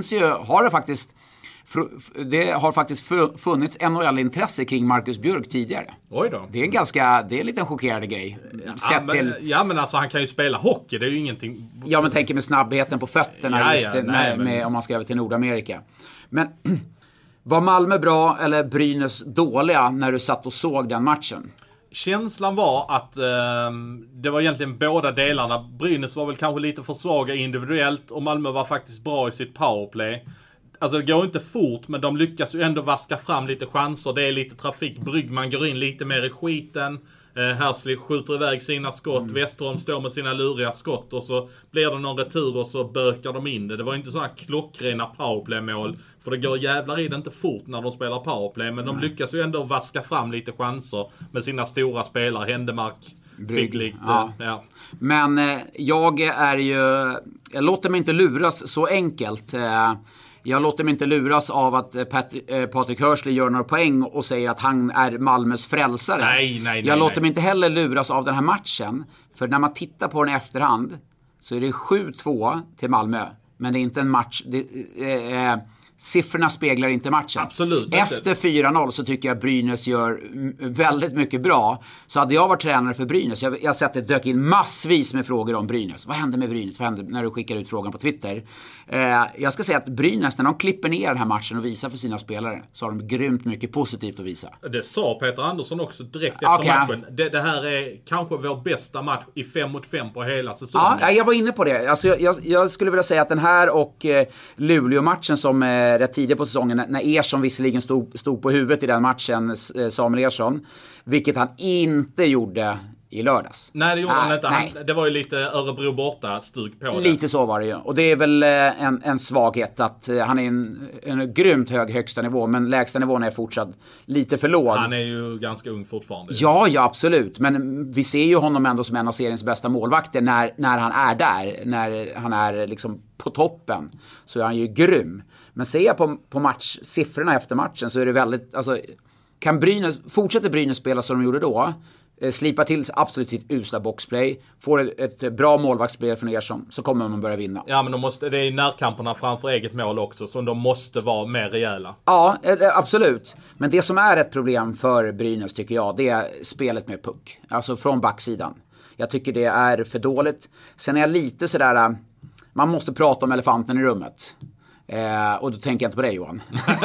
har faktiskt funnits NHL-intresse kring Marcus Björk tidigare. Oj då. Det är en liten chockerande grej. Men alltså han kan ju spela hockey, det är ju ingenting... Ja, men tänker med snabbheten på fötterna om man ska över till Nordamerika. Men... Var Malmö bra eller Brynäs dåliga när du satt och såg den matchen? Känslan var att det var egentligen båda delarna. Brynäs var väl kanske lite för svaga individuellt och Malmö var faktiskt bra i sitt powerplay. Alltså det går inte fort, men de lyckas ju ändå vaska fram lite chanser. Det är lite trafik. Bryggman går in lite mer i skiten. Härsli skjuter iväg sina skott. Westerholm står med sina luriga skott. Och så blir det någon retur och så bökar de in det. Det var inte sådana klockrena powerplay-mål. För det går jävlar i det inte fort när de spelar powerplay. Men de lyckas ju ändå vaska fram lite chanser med sina stora spelare. Händemark, Brygg. Ja. Men jag låter mig inte luras så enkelt. Jag låter mig inte luras av att Patrik Hörsli gör några poäng och säger att han är Malmös frälsare. Nej. Jag låter mig inte heller luras av den här matchen. För när man tittar på den i efterhand så är det 7-2 till Malmö. Men det är inte en match. siffrorna speglar inte matchen. Absolut. Efter 4-0 så tycker jag att Brynäs gör väldigt mycket bra. Så hade jag varit tränare för Brynäs, jag har sett det dök in massvis med frågor om Brynäs. Vad hände med Brynäs? Vad hände när du skickar ut frågan på Twitter? Jag ska säga att Brynäs, när de klipper ner den här matchen och visar för sina spelare, så har de grymt mycket positivt att visa. Det sa Peter Andersson också direkt efter matchen. Det här är kanske vår bästa match i 5-mot-5 på hela säsongen. Ja, jag var inne på det. Alltså, jag skulle vilja säga att den här och Luleå-matchen som rätt tidigt på säsongen, när Ersson visserligen stod på huvudet i den matchen, Samuel Ersson, vilket han inte gjorde i lördags. Nej, det gjorde han inte. Det var ju lite Örebro borta stug på det. Lite så var det ju. Och det är väl en svaghet att han är en grymt hög högsta nivå, men lägsta nivån är fortsatt lite för låg. Han är ju ganska ung fortfarande. Ja, absolut. Men vi ser ju honom ändå som en av seriens bästa målvakter när han är där. När han är liksom på toppen, så är han ju grym. Men ser jag på siffrorna efter matchen, så är det väldigt... Alltså, fortsätter Brynäs spela som de gjorde då, slipa till absolut sitt usla boxplay, får ett bra målvaktsspel från Ersson, så kommer man börja vinna. Ja, men det är närkamperna framför eget mål också, så de måste vara mer rejäla. Ja, absolut. Men det som är ett problem för Brynäs, tycker jag, det är spelet med puck. Alltså från backsidan. Jag tycker det är för dåligt. Sen är jag lite sådär... Man måste prata om elefanten i rummet. Och då tänker jag inte på dig, Johan.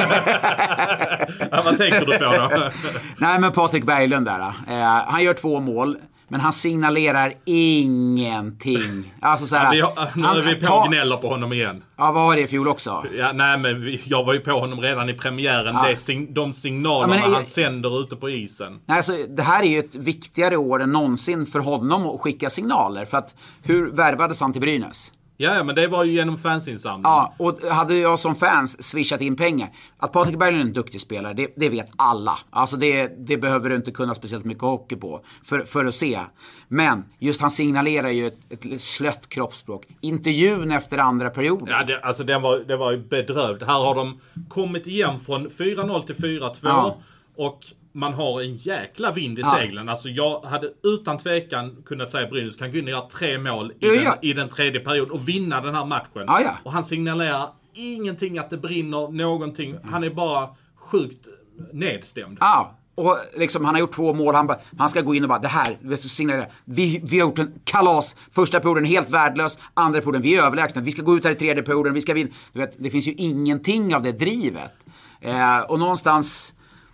Ja, vad tänker du på då? Nej, men Patrik Berglund där. Han gör 2 mål, men han signalerar ingenting. Alltså såhär, nu är vi på gnäller på honom igen. Ja, vad var det i fjol också? Ja, nej, men jag var ju på honom redan i premiären. Ja. De signalerna han sänder ute på isen. Nej, alltså, det här är ju ett viktigare år än någonsin för honom att skicka signaler. För att, hur värvades han till Brynäs? Ja, men det var ju genom fansinsamling. Ja, och hade jag som fans swishat in pengar. Att Patrik Berglund är en duktig spelare, det vet alla. Alltså det behöver du inte kunna speciellt mycket hockey på för att se. Men just han signalerar ju ett slött kroppsspråk. Intervjun efter andra perioden. Ja, det var ju bedrövd. Här har de kommit igen från 4-0 till 4-2 och man har en jäkla vind i seglen. Alltså jag hade utan tvekan kunnat säga att Brynäs kan gå in och göra 3 mål i den tredje perioden och vinna den här matchen. Och han signalerar ingenting att det brinner någonting. Han är bara sjukt nedstämd. Ja, och liksom han har gjort 2 mål. Han ska gå in och bara, det här, signalera. Vi har gjort en kalas. Första perioden helt värdelös. Andra perioden, vi är överlägsna. Vi ska gå ut här i tredje perioden. Vi ska vinna. Du vet, det finns ju ingenting av det drivet. Och någonstans...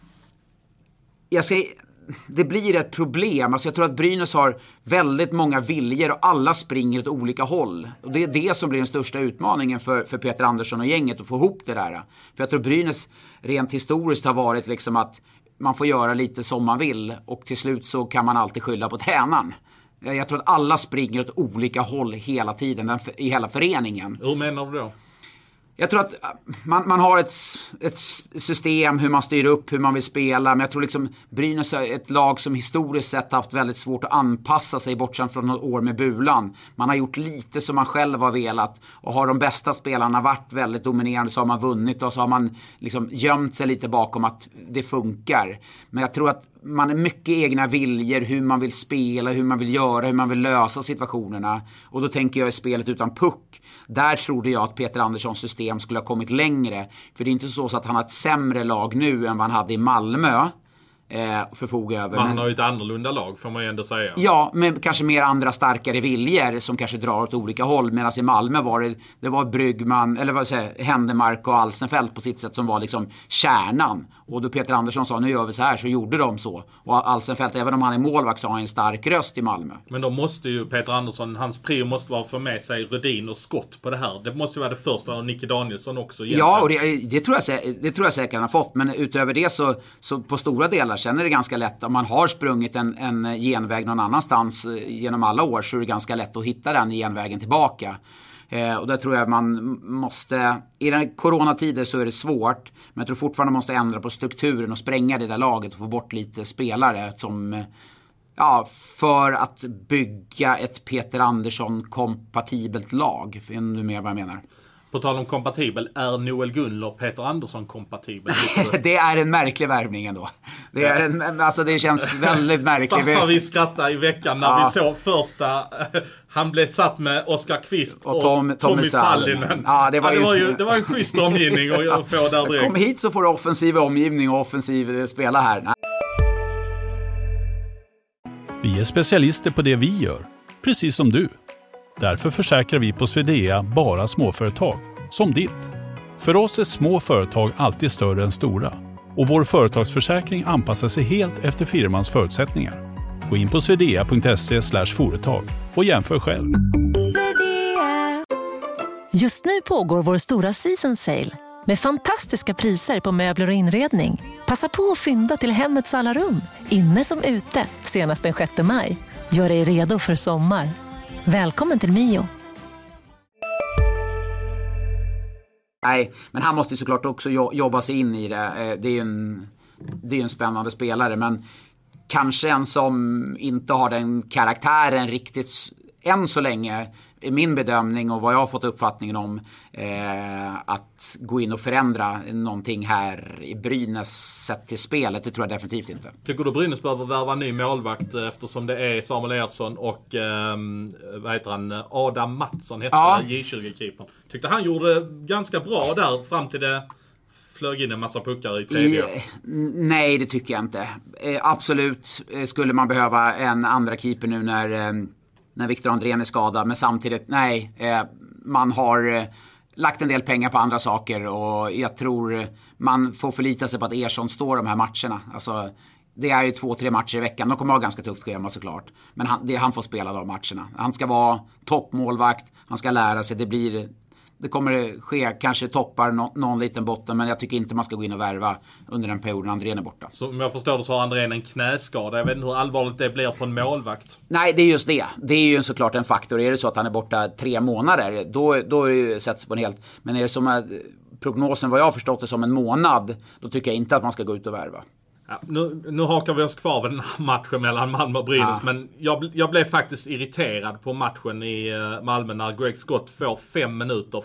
det blir ett problem. Alltså jag tror att Brynäs har väldigt många viljor och alla springer åt olika håll. Och det är det som blir den största utmaningen för Peter Andersson och gänget, att få ihop det där. För jag tror Brynäs rent historiskt har varit liksom att man får göra lite som man vill och till slut så kan man alltid skylla på tränaren. Jag tror att alla springer åt olika håll hela tiden i hela föreningen. Hur menar du då? Jag tror att man har ett system hur man styr upp, hur man vill spela. Men jag tror liksom Brynäs är ett lag som historiskt sett haft väldigt svårt att anpassa sig bortsett från något år med Bulan. Man har gjort lite som man själv har velat. Och har de bästa spelarna varit väldigt dominerande så har man vunnit. Och så har man liksom gömt sig lite bakom att det funkar. Men jag tror att man är mycket egna viljor, hur man vill spela, hur man vill göra, hur man vill lösa situationerna. Och då tänker jag i spelet utan puck. Där trodde jag att Peter Anderssons system skulle ha kommit längre. För det är inte så att han har ett sämre lag nu än vad han hade i Malmö. Förfoga över. Man har ju ett annorlunda lag får man ju ändå säga. Ja, men kanske mer andra starkare viljor som kanske drar åt olika håll. Medan i Malmö var det var Bryggman, eller vad säger Händemark och Alsenfelt på sitt sätt som var liksom kärnan. Och då Peter Andersson sa, nu gör vi så här, så gjorde de så. Och Alsenfelt, även om han är målvakt, så har han en stark röst i Malmö. Men då måste ju Peter Andersson, hans prio måste vara att få med sig Rudin och Skott på det här. Det måste ju vara det första, och Nicke Danielsson också. Egentligen. Ja, och det tror jag säkert han har fått. Men utöver det så på stora delar känner det ganska lätt. Om man har sprungit en genväg någon annanstans genom alla år, så är det ganska lätt att hitta den genvägen tillbaka. Och där tror jag man måste, i den coronatider så är det svårt, men jag tror fortfarande man måste ändra på strukturen och spränga det där laget och få bort lite spelare som, för att bygga ett Peter Andersson-kompatibelt lag. För du med vad jag menar? På tal om kompatibel, är Noel Gunler Peter Andersson kompatibel? Det är en märklig värvning ändå. Det känns väldigt märkligt. Fan, vi skrattade i veckan när vi såg första. Han blev satt med Oskar Kvist och Tommy Sallinen. Ja, det var en schysst omgivning att få där direkt. Kom hit så får du offensiv omgivning och offensiv spela här. Nej. Vi är specialister på det vi gör, precis som du. Därför försäkrar vi på Swedea bara småföretag, som ditt. För oss är små företag alltid större än stora. Och vår företagsförsäkring anpassar sig helt efter firmans förutsättningar. Gå in på swedea.se/företag och jämför själv. Just nu pågår vår stora season sale med fantastiska priser på möbler och inredning. Passa på att fynda till hemmets alla rum, inne som ute, senast den 6 maj. Gör dig redo för sommar. Välkommen till Mio. Nej, men han måste såklart också jobba sig in i det. Det är en spännande spelare, men kanske en som inte har den karaktären riktigt än så länge, är min bedömning och vad jag har fått uppfattningen om, att gå in och förändra någonting här i Brynäs sett till spelet, det tror jag definitivt inte. Tycker du Brynäs behöver värva en ny målvakt eftersom det är Samuel Ersson och Adam Mattsson heter J20-keepern. Tyckte han gjorde ganska bra där fram till det flög in en massa puckar i tredje. Nej, det tycker jag inte. Absolut skulle man behöva en andra keeper nu när Victor Andrén är skadad, men samtidigt, man har lagt en del pengar på andra saker och jag tror man får förlita sig på att Ersson står de här matcherna. Alltså, det är ju 2-3 matcher i veckan, de kommer ha ganska tufft schema såklart, men han får spela de matcherna. Han ska vara toppmålvakt, han ska lära sig, det kommer ske kanske toppar någon liten botten, men jag tycker inte man ska gå in och värva under den perioden Andrén är borta. Så om jag förstår det så har Andrén en knäskada. Jag vet inte hur allvarligt det blir på en målvakt. Nej, det är just det. Det är ju såklart en faktor. Är det så att han är borta 3 månader, då är det sätts på en helt... Men är det som prognosen, vad jag har förstått det som en månad, då tycker jag inte att man ska gå ut och värva. Ja, nu hakar vi oss kvar vid den här matchen mellan Malmö och Brynäs, men jag blev faktiskt irriterad på matchen i Malmö när Greg Scott får 5 minuter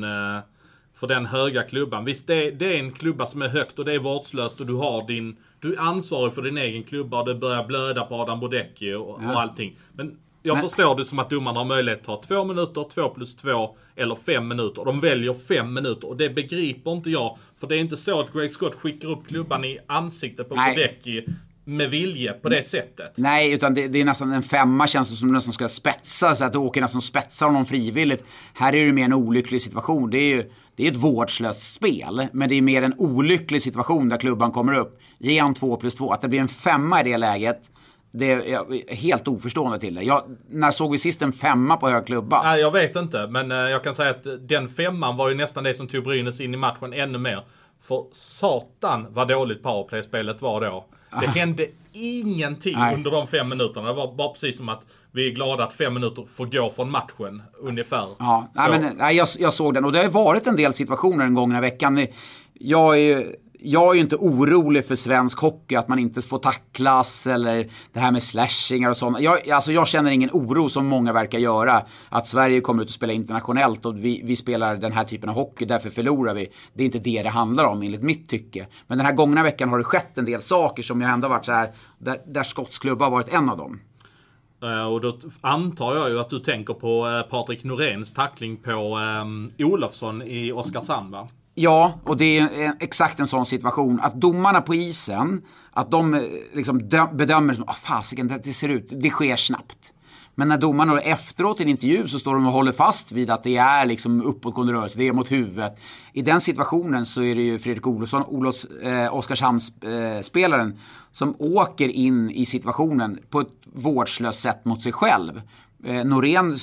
för den höga klubban. Visst, det är en klubba som är högt och det är vårdslöst och du är ansvarig för din egen klubba och det börjar blöda på Adam Bodecki och allting. Men jag förstår det som att domarna har möjlighet att ta 2 minuter, 2+2 eller 5 minuter. De väljer 5 minuter och det begriper inte jag. För det är inte så att Greg Scott skickar upp klubban i ansiktet på Bodecki med vilje på det sättet. Nej, utan det är nästan en 5 känns som nästan ska spetsa så att du åker nästan spetsar honom frivilligt. Här är det mer en olycklig situation. Det är ett vårdslöst spel, men det är mer en olycklig situation där klubban kommer upp. Ge han 2+2. Att det blir en 5 i det läget, det är helt oförstående till det. När såg vi sist en 5 på hög klubba? Nej, jag vet inte. Men jag kan säga att den 5 var ju nästan det som tog Brynäs in i matchen ännu mer. För satan vad dåligt powerplay-spelet var då. Det hände ingenting under de 5 minuterna. Det var bara precis som att vi är glada att 5 minuter får gå från matchen ungefär. Ja, jag såg den. Och det har varit en del situationer den gångna veckan. Jag är ju inte orolig för svensk hockey, att man inte får tacklas eller det här med slashingar och sånt. Jag känner ingen oro som många verkar göra, att Sverige kommer ut och spelar internationellt och vi spelar den här typen av hockey, därför förlorar vi. Det är inte det handlar om enligt mitt tycke. Men den här gångna veckan har det skett en del saker som jag ändå varit så här, där skottsklubbar har varit en av dem. Och då antar jag ju att du tänker på Patrik Noréns tackling på Olofsson i Oskarshamn, va? Ja, och det är exakt en sån situation att domarna på isen, att de liksom bedömer som, fasiken, det ser ut, det sker snabbt. Men när domarna efteråt i en intervju så står de och håller fast vid att det är liksom uppåtgående rörelse, det är mot huvudet. I den situationen så är det ju Fredrik Olofsson, Oskarshamns spelaren, som åker in i på ett vårdslöst sätt mot sig själv. Norén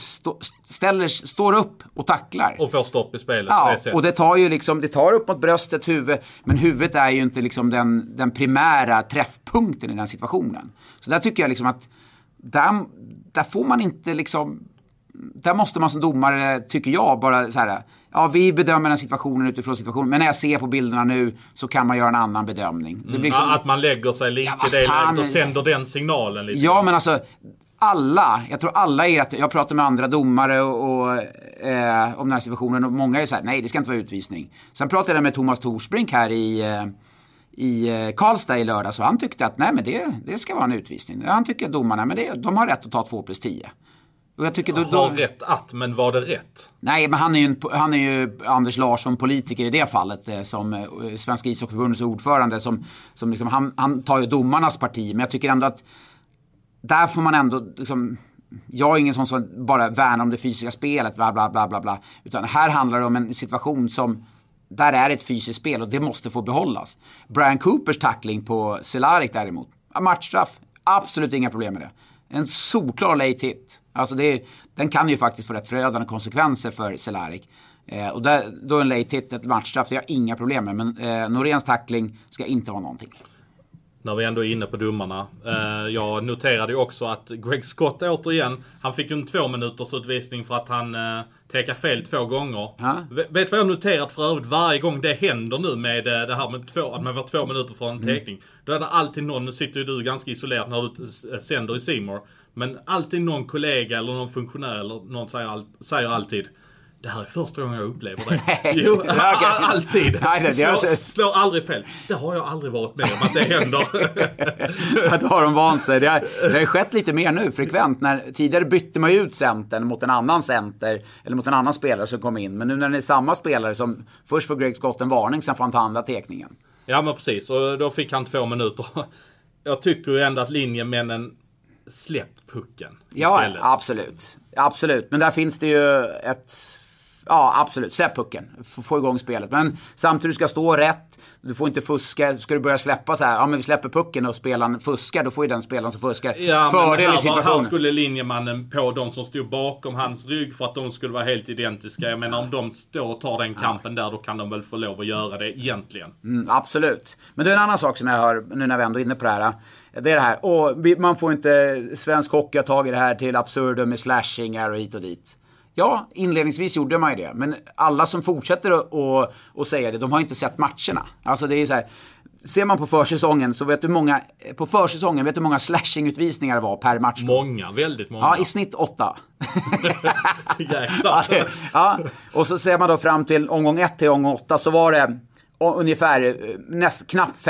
står upp och tacklar. Och får stopp i spelet. Ja, och det tar ju liksom, det tar upp mot bröstet, huvudet. Men huvudet är ju inte liksom den primära träffpunkten i den situationen. Så där tycker jag liksom att där får man inte liksom, där måste man som domare, tycker jag, bara så här, vi bedömer den situationen utifrån situationen, men när jag ser på bilderna nu så kan man göra en annan bedömning. Det blir liksom, att man lägger sig lite i det läget och sänder den signalen lite. Ja, men alltså jag tror alla är att jag pratar med andra domare och om den här situationen, och många är så här, nej, det ska inte vara utvisning. Sen pratade jag med Thomas Torsbrink här i Karlstad i lördag, så han tyckte att nej, men det ska vara en utvisning. Han tycker att domarna, men de har rätt att ta 2+10. Och jag tycker har rätt att, men var det rätt? Nej, men han är ju Anders Larsson politiker i det fallet, som Svenska ishockeyförbundets ordförande, som liksom, han tar ju domarnas parti, men jag tycker ändå att där får man ändå liksom, jag är ingen sån som bara värnar om det fysiska spelet, bla bla bla bla bla, utan här handlar det om en situation som där är ett fysiskt spel och det måste få behållas. Brian Coopers tackling på Cehlarik däremot, matchstraff, absolut inga problem med det. En solklar late hit. Alltså den kan ju faktiskt få rätt förödande konsekvenser för Cehlarik. Och då är en late hit ett matchstraff, det har jag inga problem med. Men Noréns tackling ska inte vara någonting. När vi ändå är inne på domarna. Jag noterade ju också att Greg Scott återigen, han fick en 2 minuters utvisning för att han tekar fel 2 gånger. Vet vad jag noterat för övrigt varje gång det händer nu med det här med att man får 2 minuter för en tekning. Då är det alltid någon, nu sitter ju du ganska isolerat när du sänder i C More, men alltid någon kollega eller någon funktionär eller någon säger alltid: det här är första gången jag upplever det. Jo, alltid. Slår aldrig fel. Det har jag aldrig varit med om att det händer. Att har de vant sig. Det har skett lite mer nu, frekvent. Tidigare bytte man ut centern mot en annan center eller mot en annan spelare som kom in. Men nu när det är samma spelare som först får Greg Scott en varning, sen får han ta andra tekningen. Ja, men precis. Och då fick han 2 minuter. Jag tycker ju ändå att linjemännen släppt pucken istället. Ja, absolut. Men där finns det ju ja, absolut. Släpp pucken. Få igång spelet. Men samtidigt ska stå rätt. Du får inte fuska. Ska du börja släppa så här, ja men vi släpper pucken och spelaren fuskar, då får ju den spelaren som fuskar fördel i situationen. Här skulle linjemannen på de som stod bakom hans rygg för att de skulle vara helt identiska. Jag menar, om de står och tar den kampen där, då kan de väl få lov att göra det egentligen. Absolut. Men det är en annan sak som jag hör nu när vi ändå är inne på det här. Det är det här. Och man får inte, svensk hockey har tagit det här till absurdum med slashingar och hit och dit. Ja, inledningsvis gjorde man ju det. Men alla som fortsätter att säga det, de har inte sett matcherna. Alltså det är så här, ser man på försäsongen så vet du hur många slashing-utvisningar det var per match. Väldigt många. Ja, i snitt 8. Jäklar. Ja, och så ser man då fram till omgång 1 till omgång 8 så var det ungefär knappt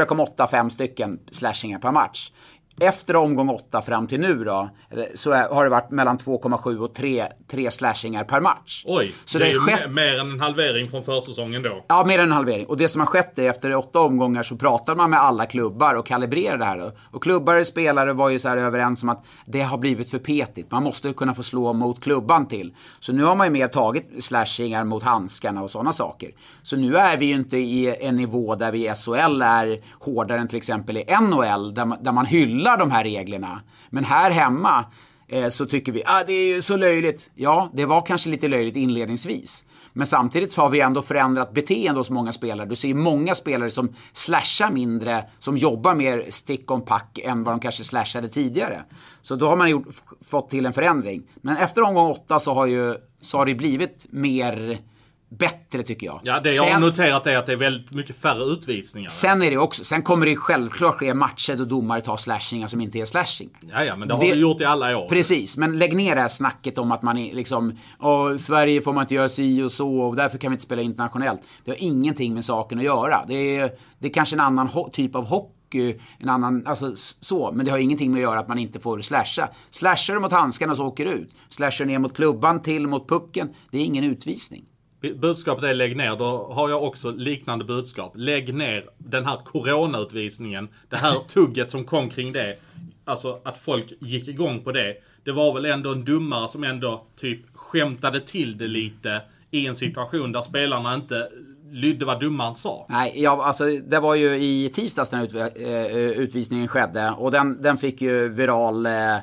4,85 stycken slashingar per match. Efter omgång 8 fram till nu då, så har det varit mellan 2,7 och 3 slashingar per match. Oj, så det är ju mer än en halvering från försäsongen då. Ja, mer än en halvering. Och det som har skett är efter 8 omgångar så pratar man med alla klubbar och kalibrerar det här då. Och klubbar och spelare var ju så här överens om att det har blivit för petigt. Man måste kunna få slå mot klubban till. Så nu har man ju mer tagit slashingar mot handskarna och sådana saker. Så nu är vi ju inte i en nivå där vi i SHL är hårdare än till exempel i NHL där man hyllar de här reglerna. Men här hemma så tycker vi det är ju så löjligt. Ja, det var kanske lite löjligt inledningsvis. Men samtidigt har vi ändå förändrat beteende hos många spelare. Du ser många spelare som slashar mindre, som jobbar mer stick on pack än vad de kanske slashade tidigare. Så då har man fått till en förändring. Men efter omgång 8 så har det blivit mer bättre, tycker jag. Ja, det jag har noterat är att det är väldigt mycket färre utvisningar. Sen kommer det självklart ske matcher då domare tar slashingar som inte är slashing. Ja, men det har vi gjort i alla år. Precis, men lägg ner det här snacket om att man liksom, Sverige får man inte göra si och så och därför kan vi inte spela internationellt. Det har ingenting med saken att göra. Det är kanske en annan typ av hockey, en annan, alltså så, men det har ingenting med att göra att man inte får slasha. Slashar du mot handskarna så åker du ut. Slashar ner mot klubban till mot pucken, det är ingen utvisning. Budskapet är lägg ner. Då har jag också liknande budskap. Lägg ner den här coronautvisningen. Det här tugget som kom kring det. Alltså att folk gick igång på det. Det var väl ändå en domare som ändå typ skämtade till det lite i en situation där spelarna inte lydde vad domaren sa. Nej, alltså det var ju i tisdags när utvisningen skedde. Och den fick ju viral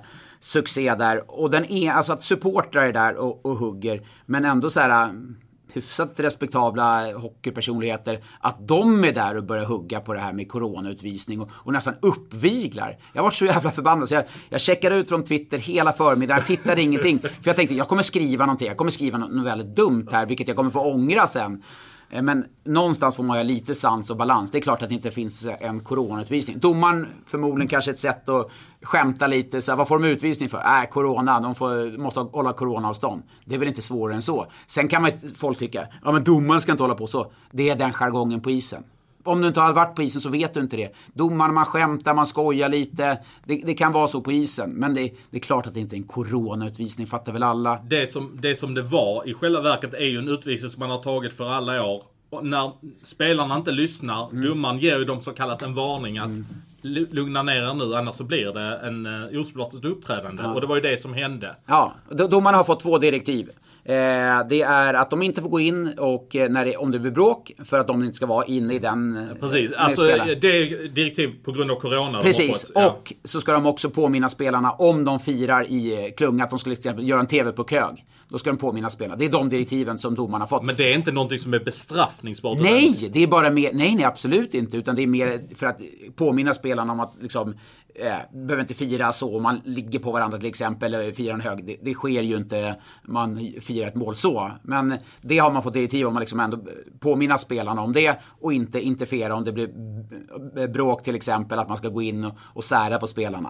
succé där. Och den är, alltså att supportrar är där och hugger. Men ändå så här hyfsat respektabla hockeypersonligheter, att de är där och börjar hugga på det här med coronautvisning och nästan uppviglar. Jag var så jävla förbannad så jag checkade ut från Twitter hela förmiddagen, tittade ingenting, för jag tänkte jag kommer skriva någonting, jag kommer skriva något väldigt dumt här, vilket jag kommer få ångra sen. Men någonstans får man ha lite sans och balans. Det är klart att det inte finns en coronautvisning. Domaren förmodligen kanske ett sätt att skämta lite. Så här, vad får de utvisning för? Corona. Måste hålla coronaavstånd. Det är väl inte svårare än så. Sen kan folk tycka, men domaren ska inte hålla på så. Det är den jargongen på isen. om du inte har varit på isen så vet du inte det. Domarna, man skämtar, man skojar lite. Det kan vara så på isen. Men det är klart att det inte är en coronautvisning, fattar väl alla. Det som det var i själva verket är ju en utvisning som man har tagit för alla år. Och när spelarna inte lyssnar, domaren ger ju dem så kallat en varning att lugna ner er nu, annars så blir det en osportsligt uppträdande. Och det var ju det som hände. Ja, domarna har fått 2 direktiv. Det är att de inte får gå in och om det blir bråk, för att de inte ska vara inne i den. Precis, alltså det är direktiv på grund av corona. Precis, och så ska de också påminna spelarna om de firar i klunga, att de skulle till exempel göra en TV-puck hög. Då ska de påminna spelarna. Det är de direktiven som domarna har fått. Men det är inte någonting som är bestraffningsbart? Nej, det är bara mer, nej absolut inte, utan det är mer för att påminna spelarna om att liksom behöver inte fira så om man ligger på varandra till exempel, eller firar en hög. Det sker ju inte, man firar ett mål så. Men det har man fått direktiv om, man liksom ändå påminna spelarna om det och inte interfera om det blir bråk till exempel, att man ska gå in och sära på spelarna.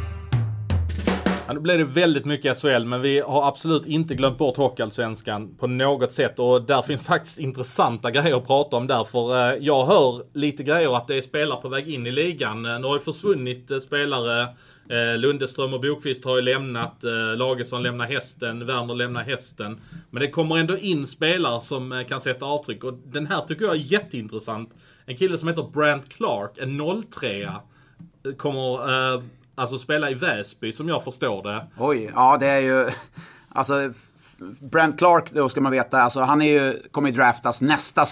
Ja, nu blev det väldigt mycket SHL, men vi har absolut inte glömt bort Hockeyallsvenskan på något sätt. Och där finns faktiskt intressanta grejer att prata om där. För jag hör lite grejer att det är spelare på väg in i ligan. Nu har ju försvunnit spelare. Lundeström och Bokvist har ju lämnat. Lagesson lämnar Hästen. Werner lämnar Hästen. Men det kommer ändå in spelare som kan sätta avtryck. Och den här tycker jag är jätteintressant. En kille som heter Brant Clark, en 03, kommer... alltså spela i Väsby, som jag förstår det. Oj, ja det är ju... Alltså, Brant Clark, då ska man veta, alltså han kommer ju draftas nästa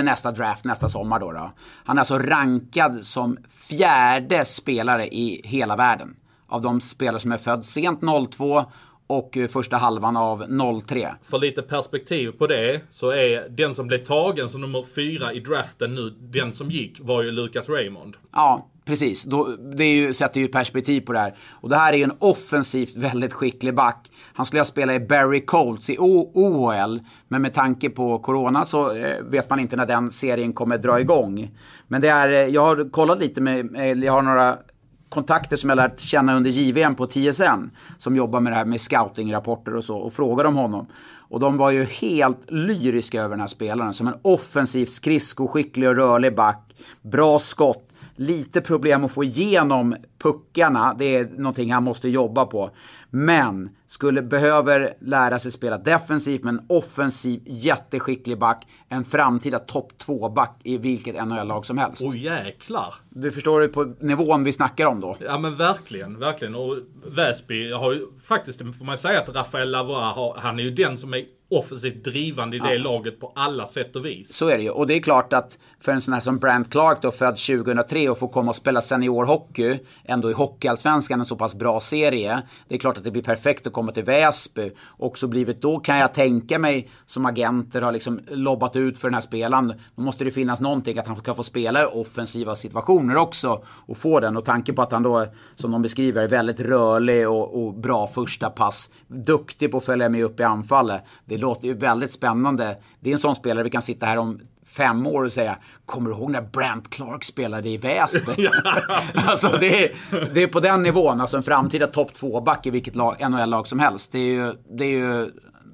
sommar då. Han är alltså rankad som 4:e spelare i hela världen. Av de spelare som är född sent 02 och första halvan av 03. För lite perspektiv på det, så är den som blev tagen som nummer 4 i draften nu, den som gick var ju Lucas Raymond. Ja, precis. Det sätter ju perspektiv på det här. Och det här är ju en offensivt väldigt skicklig back. Han skulle ha spelat i Barrie Colts i OHL. Men med tanke på corona så vet man inte när den serien kommer dra igång. Men det är, jag har kollat lite jag har några kontakter som jag lärt känna under JVM på TSN, som jobbar med det här med scouting-rapporter och så, och frågar om honom. Och de var ju helt lyriska över den här spelaren. Som en offensiv, skridskoskicklig och rörlig back. Bra skott. Lite problem att få igenom puckarna. Det är någonting han måste jobba på. Men behöver lära sig spela defensivt med en offensiv, jätteskicklig back. En framtida topp 2-back i vilket NHL-lag som helst. Åh jäklar! Du förstår det på nivån vi snackar om då. Ja men verkligen, verkligen. Och Väsby har ju faktiskt, får man säga att Rafael Lavoie, han är ju den som är offensivt drivande i det laget på alla sätt och vis. Så är det ju. Och det är klart att för en sån här som Brant Clark då, född 2003 och får komma och spela seniorhockey, ändå i Hockeyallsvenskan, en så pass bra serie. Det är klart att det blir perfekt att komma till Väsby. Och så blivit då, kan jag tänka mig, som agenter har liksom lobbat ut för den här spelaren. Då måste det finnas någonting att han ska få spela i offensiva situationer också och få den. Och tanke på att han då, som de beskriver, är väldigt rörlig och bra första pass. Duktig på att följa med upp i anfallet. Det låter ju väldigt spännande. Det är en sån spelare vi kan sitta här om 5 år och säga, kommer du ihåg när Brant Clark spelade i Väsby? Alltså det är på den nivån. Alltså en framtida topp 2-back i vilket NHL-lag som helst. Det är ju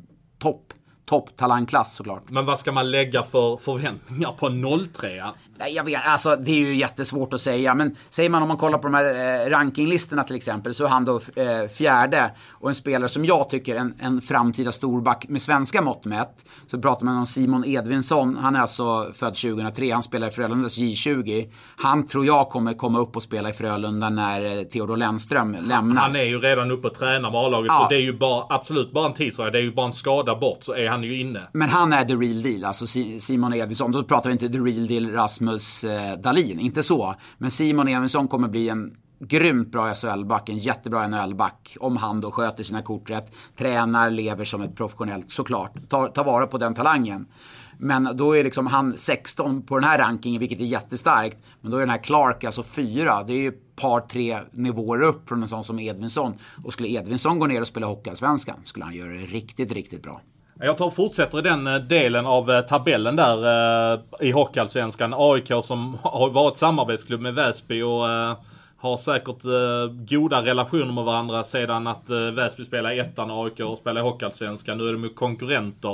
topp talangklass såklart. Men vad ska man lägga för förväntningar på 03? Nej, jag vet, alltså det är ju jättesvårt att säga. Men säger man, om man kollar på de här rankinglistorna till exempel, så är han då 4:e. Och en spelare som jag tycker en framtida storback med svenska mått mätt. Så pratar man om Simon Edvinsson. Han är alltså född 2003. Han spelar i Frölundas J20. Han tror jag kommer komma upp och spela i Frölunda när Theodor Lennström lämnar. Han är ju redan uppe och tränar med A-laget. Ja. Så det är ju absolut bara en tidsfråga. Det är ju bara en skada bort, så är han ju inne. Men han är the real deal. Alltså Simon Edvinsson. Då pratar vi inte the real deal Rasmus Dahlin, inte så. Men Simon Edvinsson kommer bli en grymt bra SHL-back, en jättebra NHL-back, om han då sköter sina kort rätt, tränar, lever som ett professionellt, såklart. Ta vara på den talangen. Men då är liksom han 16 på den här rankingen, vilket är jättestarkt. Men då är den här Clark alltså 4. Det är ju par 3 nivåer upp från en sån som Edvinsson. Och skulle Edvinsson gå ner och spela Hockeyallsvenskan, skulle han göra det riktigt, riktigt bra. Jag tar och fortsätter i den delen av tabellen där i Hockeyallsvenskan. AIK som har varit samarbetsklubb med Väsby och har säkert goda relationer med varandra sedan att Väsby spelar i ettan och AIK och spelar i Hockeyallsvenskan. Nu är de ju konkurrenter.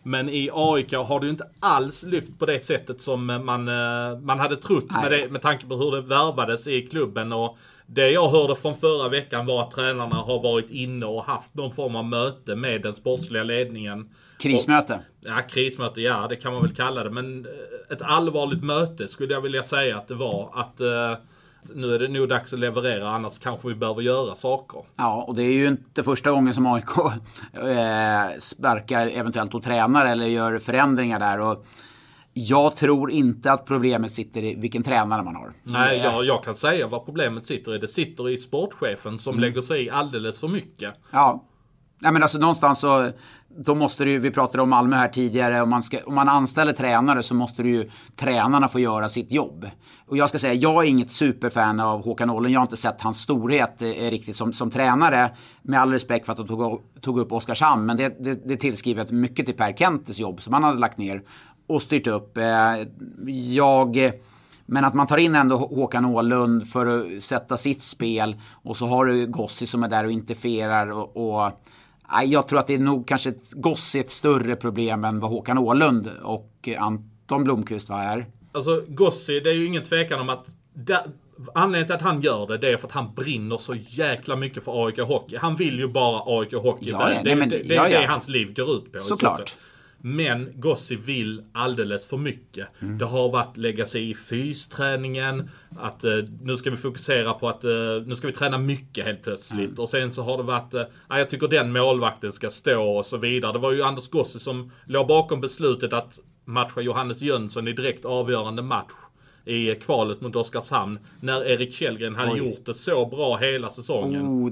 Men i AIK har det ju inte alls lyft på det sättet som man hade trott med tanke på hur det värvades i klubben. Och det jag hörde från förra veckan var att tränarna har varit inne och haft någon form av möte med den sportsliga ledningen. Krismöte? Krismöte, ja det kan man väl kalla det. Men ett allvarligt möte skulle jag vilja säga att det var. Att nu är det nog dags att leverera, annars kanske vi behöver göra saker. Ja, och det är ju inte första gången som AIK sparkar eventuellt och tränare eller gör förändringar där. Och jag tror inte att problemet sitter i vilken tränare man har. Nej, jag kan säga vad problemet sitter i. Det sitter i sportchefen som lägger sig i alldeles för mycket. Ja. Nej, men alltså någonstans så då måste det ju, vi pratade om Malmö här tidigare, om man anställer tränare så måste det ju tränarna få göra sitt jobb. Och jag ska säga, jag är inget superfan av Håkan Åhlund. Jag har inte sett hans storhet riktigt som tränare, med all respekt för att de tog upp Oskarshamn. Men det tillskrivet mycket till Per Kentes jobb som han hade lagt ner och styrt upp. Men att man tar in ändå Håkan Åhlund för att sätta sitt spel, och så har du Gossi som är där och interfererar och jag tror att det är nog kanske Gossi ett större problem än vad Håkan Åhlund och Anton Blomqvist var här. Alltså Gossi, det är ju ingen tvekan om att anledningen till att han gör det är för att han brinner så jäkla mycket för AIK Hockey. Han vill ju bara AIK Hockey. Det är det hans liv går ut på. Såklart. Men Gossi vill alldeles för mycket. Det har varit lägga sig i fysträningen, att nu ska vi fokusera på att nu ska vi träna mycket helt plötsligt. Och sen så har det varit jag tycker den målvakten ska stå och så vidare. Det var ju Anders Gossi som låg bakom beslutet att matcha Johannes Jönsson i direkt avgörande match i kvalet mot Oskarshamn, när Erik Källgren hade gjort det så bra hela säsongen.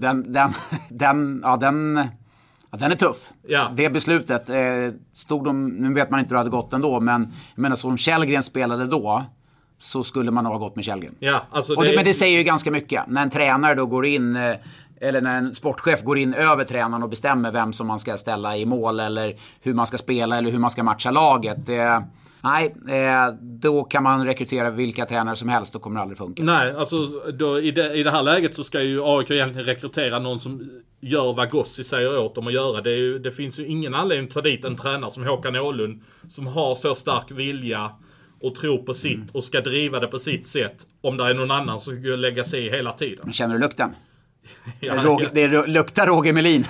Den är tuff. Ja. Det beslutet stod de, nu vet man inte hur det hade gått ändå, men jag menar, så om Källgren spelade då så skulle man ha gått med Källgren. Ja, alltså men det säger ju ganska mycket. När en tränare då går in, eller när en sportchef går in över tränaren och bestämmer vem som man ska ställa i mål, eller hur man ska spela, eller hur man ska matcha laget. Då kan man rekrytera vilka tränare som helst, då kommer det aldrig funka. Nej, alltså då, i det här läget så ska ju AIK egentligen rekrytera någon som gör vad Gossi säger åt dem att göra. Det finns ju ingen anledning att ta dit en tränare som Håkan Åhlund, som har så stark vilja och tror på sitt och ska driva det på sitt sätt, om det är någon annan som ska lägga sig i hela tiden. Men känner du lukten? Det luktar Roger Melin.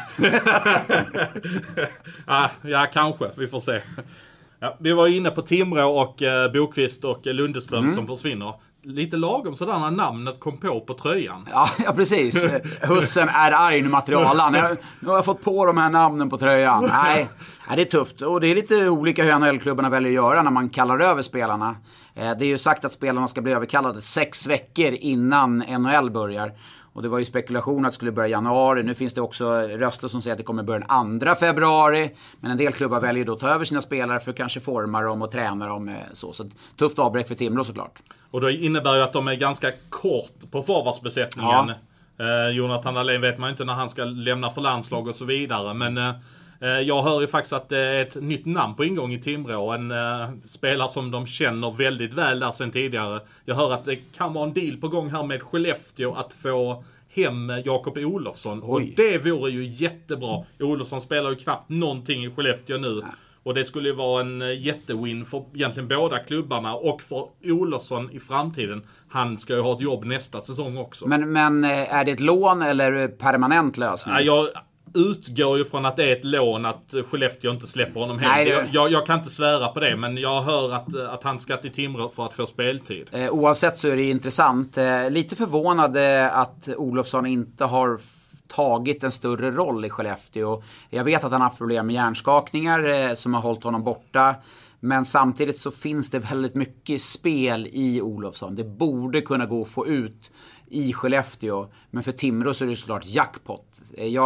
ja, kanske. Vi får se. Ja, vi var inne på Timrå och Bokvist och Lundeström som försvinner. Lite lagom sådär när namnet kom på tröjan. Ja, precis. Hussen är arg nu, materialen. Nu har jag fått på de här namnen på tröjan. Nej, det är tufft. Och det är lite olika hur NHL-klubbarna väljer att göra när man kallar över spelarna. Det är ju sagt att spelarna ska bli överkallade 6 veckor innan NHL börjar. Och det var ju spekulation att det skulle börja i januari. Nu finns det också röster som säger att det kommer börja den 2 februari. Men en del klubbar väljer då att ta över sina spelare för att kanske forma dem och träna dem. Så tufft avbräck för Timrå såklart. Och då innebär ju att de är ganska kort på forwardsbesättningen. Ja. Jonathan Dahlén vet man inte när han ska lämna för landslag och så vidare. Men jag hör ju faktiskt att det är ett nytt namn på ingång i Timrå. En spelare som de känner väldigt väl där sedan tidigare. Jag hör att det kan vara en deal på gång här med Skellefteå att få hem Jakob Olofsson. Oj. Och det vore ju jättebra. Olofsson spelar ju knappt någonting i Skellefteå nu. Nej. Och det skulle ju vara en jättewin för egentligen båda klubbarna och för Olofsson i framtiden. Han ska ju ha ett jobb nästa säsong också. Men är det ett lån eller permanent lösning? Jag utgår ju från att det är ett lån, att Skellefteå inte släpper honom hem. Nej, jag kan inte svära på det, men jag hör att han ska till Timrå för att få speltid. Oavsett så är det intressant. Lite förvånad att Olofsson inte har tagit en större roll i Skellefteå. Jag vet att han har haft problem med hjärnskakningar som har hållit honom borta. Men samtidigt så finns det väldigt mycket spel i Olofsson. Det borde kunna gå att få ut i Skellefteå. Men för Timrå så är det såklart jackpot.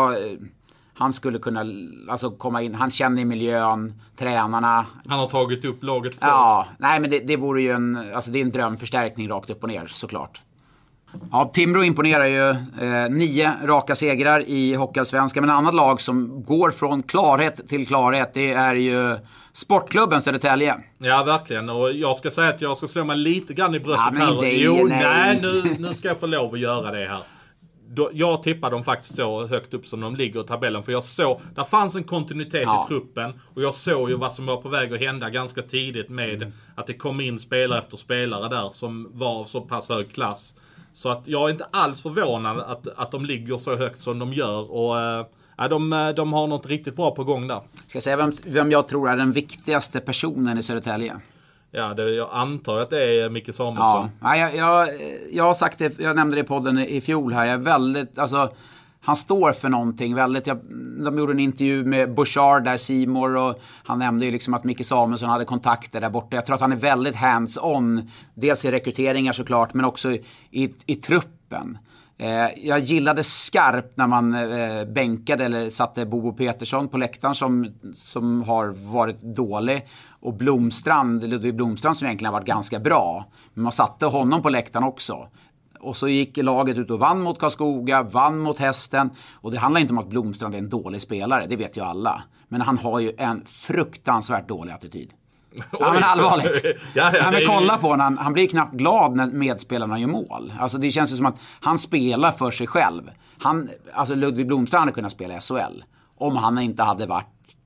Han skulle kunna komma in. Han känner miljön, tränarna. Han har tagit upp laget för. Ja, nej men det vore ju det är en drömförstärkning rakt upp och ner såklart. Ja, Timrå imponerar ju 9 raka segrar i Hockeyallsvenskan. Men en annat lag som går från klarhet till klarhet, det är ju Sportklubben Södertälje. Ja, verkligen. Och jag ska säga att jag ska slå mig lite grann i bröstet här. Nu ska jag få lov att göra det här. jag tippar dem faktiskt så högt upp som de ligger i tabellen. För jag såg, där fanns en kontinuitet i truppen. Och jag såg ju vad som var på väg att hända ganska tidigt med att det kom in spelare efter spelare där som var så pass hög klass. Så att jag är inte alls förvånad att de ligger så högt som de gör. Och de har något riktigt bra på gång där. Ska jag säga vem jag tror är den viktigaste personen i Södertälje? Ja, jag antar att det är Micke Samuelsson. Ja, jag har sagt det, jag nämnde det i podden i fjol här. Jag är väldigt, alltså, han står för någonting väldigt. De gjorde en intervju med Bouchard där, Simor, och han nämnde ju liksom att Micke Samuelsson hade kontakter där borta. Jag tror att han är väldigt hands-on. Dels i rekryteringar såklart, men också i truppen. Jag gillade skarpt när man bänkade eller satte Bobo Petersson på läktaren som har varit dålig. Och Ludvig Blomstrand som egentligen har varit ganska bra. Men man satte honom på läktaren också. Och så gick laget ut och vann mot Karlskoga, vann mot Hästen. Och det handlar inte om att Blomstrand är en dålig spelare, det vet ju alla. Men han har ju en fruktansvärt dålig attityd. Ja, men allvarligt. Men kolla på honom, han blir knappt glad när medspelarna gör mål. Alltså det känns ju som att han spelar för sig själv. Alltså Ludvig Blomstrand hade kunnat spela i SHL om han inte hade varit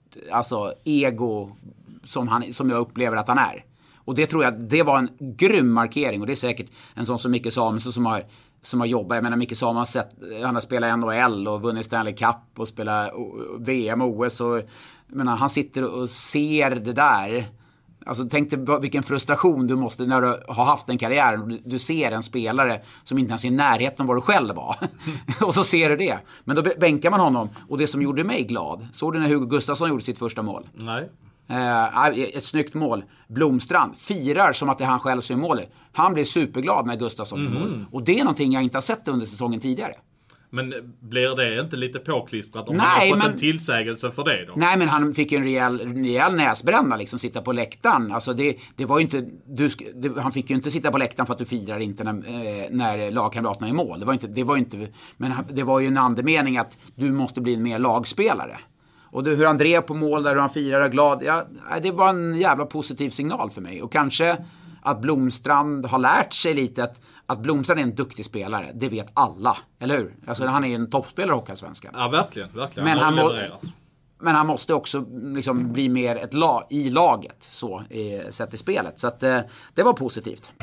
ego som jag upplever att han är. Och det tror jag, det var en grym markering. Och det är säkert en sån som Micke Samuelsson som har jobbat. Jag menar Micke Samuelsson han har spelat NHL och vunnit Stanley Cup och spelat VM och OS. Och, han sitter och ser det där. Alltså tänk dig vilken frustration du måste när du har haft en karriär. Du ser en spelare som inte ens är i närheten av vad du själv var. Och så ser du det. Men då bänkar man honom. Och det som gjorde mig glad, såg du när Hugo Gustafsson gjorde sitt första mål? Nej. Ett snyggt mål. Blomstrand firar som att det är han själv som är målet. Han blir superglad när Gustafsson är mål. Och det är någonting jag inte har sett under säsongen tidigare. Men blir det inte lite påklistrat om han har fått en tillsägelse för det då? Nej, men han fick ju en rejäl näsbränna liksom, sitta på läktaren. Alltså det var ju inte han fick ju inte sitta på läktaren för att du firar inte när lagkamraterna är i mål. Men det var ju en andemening att du måste bli en mer lagspelare. Och hur han drev på mål där, hur han firade glad. Det var en jävla positiv signal för mig. Och kanske att Blomstrand har lärt sig lite att Blomstrand är en duktig spelare. Det vet alla, eller hur? Alltså han är ju en toppspelare i Hockeyallsvenskan. Ja, verkligen. Men han måste också liksom bli mer i laget så sett i spelet. Så att det var positivt.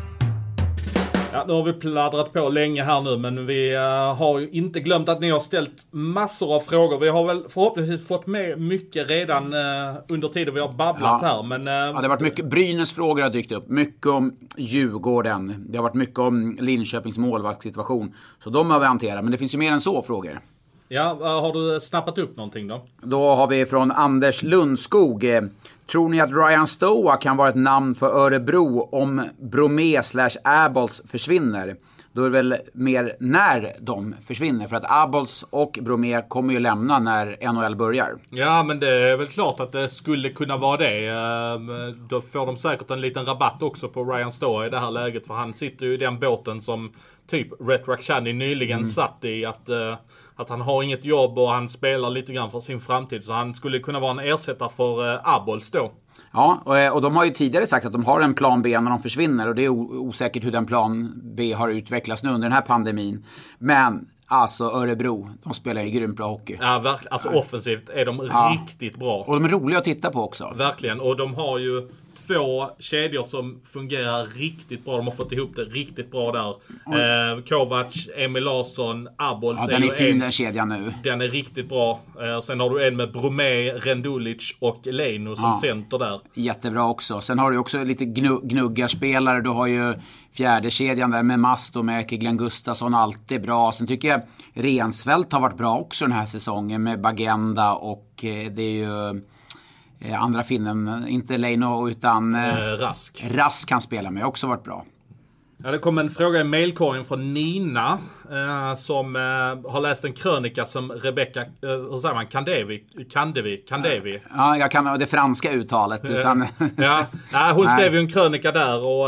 Ja, nu har vi pladdrat på länge här nu, men vi har ju inte glömt att ni har ställt massor av frågor. Vi har väl förhoppningsvis fått med mycket redan under tiden vi har babblat här. Men, det har varit mycket. Brynäs frågor har dykt upp. Mycket om Djurgården. Det har varit mycket om Linköpings målvaktssituation. Så de har vi hanterat, men det finns ju mer än så frågor. Ja, har du snappat upp någonting då? Då har vi från Anders Lundskog. Tror ni att Ryan Stoa kan vara ett namn för Örebro om Bromé/Abols försvinner? Då är det väl mer när de försvinner. För att Abols och Bromé kommer ju lämna när NHL börjar. Ja, men det är väl klart att det skulle kunna vara det. Då får de säkert en liten rabatt också på Ryan Stoa i det här läget. För han sitter ju i den båten som typ Rhett Rakhshani nyligen satt i. Att han har inget jobb och han spelar lite grann för sin framtid. Så han skulle kunna vara en ersättare för Abols då. Ja, och de har ju tidigare sagt att de har en plan B när de försvinner. Och det är osäkert hur den plan B har utvecklats nu under den här pandemin. Men alltså Örebro, de spelar ju grymt bra hockey. Ja, alltså offensivt är de riktigt bra. Och de är roliga att titta på också. Verkligen, och de har ju 2 kedjor som fungerar riktigt bra. De har fått ihop det riktigt bra där. Kovac, Emil Larsson, Abols. Ja, den är fin den kedjan nu. Den är riktigt bra. Sen har du en med Bromé, Rendulic och Leino som center där. Jättebra också. Sen har du också lite gnuggarspelare. Du har ju fjärde kedjan där med Mastomäki, Glenn Gustafsson, alltid bra. Sen tycker jag Rensfeldt har varit bra också den här säsongen med Bagenda och det är ju andra finnen, inte Leino utan Rask. Rask kan spela med, också varit bra. Ja, det kom en fråga i mailkorgen från Nina som har läst en krönika som Rebecca, hur säger man, Kandevi. Ja, jag kan det franska uttalet. Utan hon skrev ju en krönika där och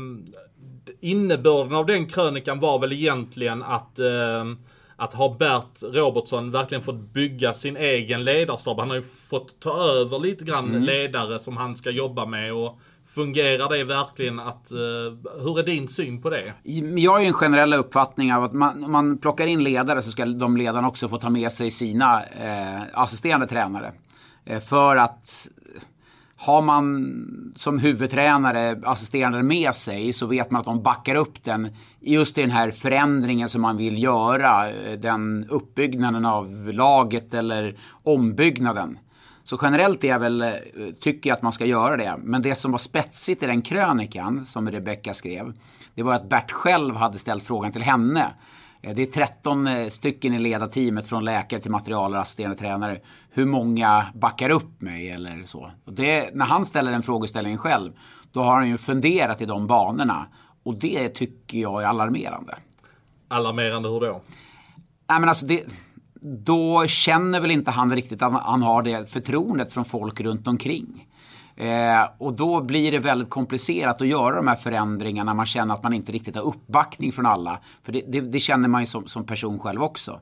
innebörden av den krönikan var väl egentligen att ha Bert Robertsson verkligen fått bygga sin egen ledarstab. Han har ju fått ta över lite grann ledare som han ska jobba med och Fungerar det verkligen hur är din syn på det? Jag har ju en generell uppfattning av att man plockar in ledare så ska de ledarna också få ta med sig sina assisterande tränare. För att har man som huvudtränare assisterande med sig så vet man att de backar upp den just i den här förändringen som man vill göra. Den uppbyggnaden av laget eller ombyggnaden. Så generellt tycker jag att man ska göra det. Men det som var spetsigt i den krönikan som Rebecca skrev, det var att Bert själv hade ställt frågan till henne. Det är 13 stycken i ledarteamet från läkare till materialare, assisterande tränare. Hur många backar upp mig eller så? Och när han ställer den frågeställningen själv, då har han ju funderat i de banorna. Och det tycker jag är alarmerande. Alarmerande hur då? Nej, men alltså då känner väl inte han riktigt att han har det förtroendet från folk runt omkring. Och då blir det väldigt komplicerat att göra de här förändringarna när man känner att man inte riktigt har uppbackning från alla. För det känner man ju som person själv också.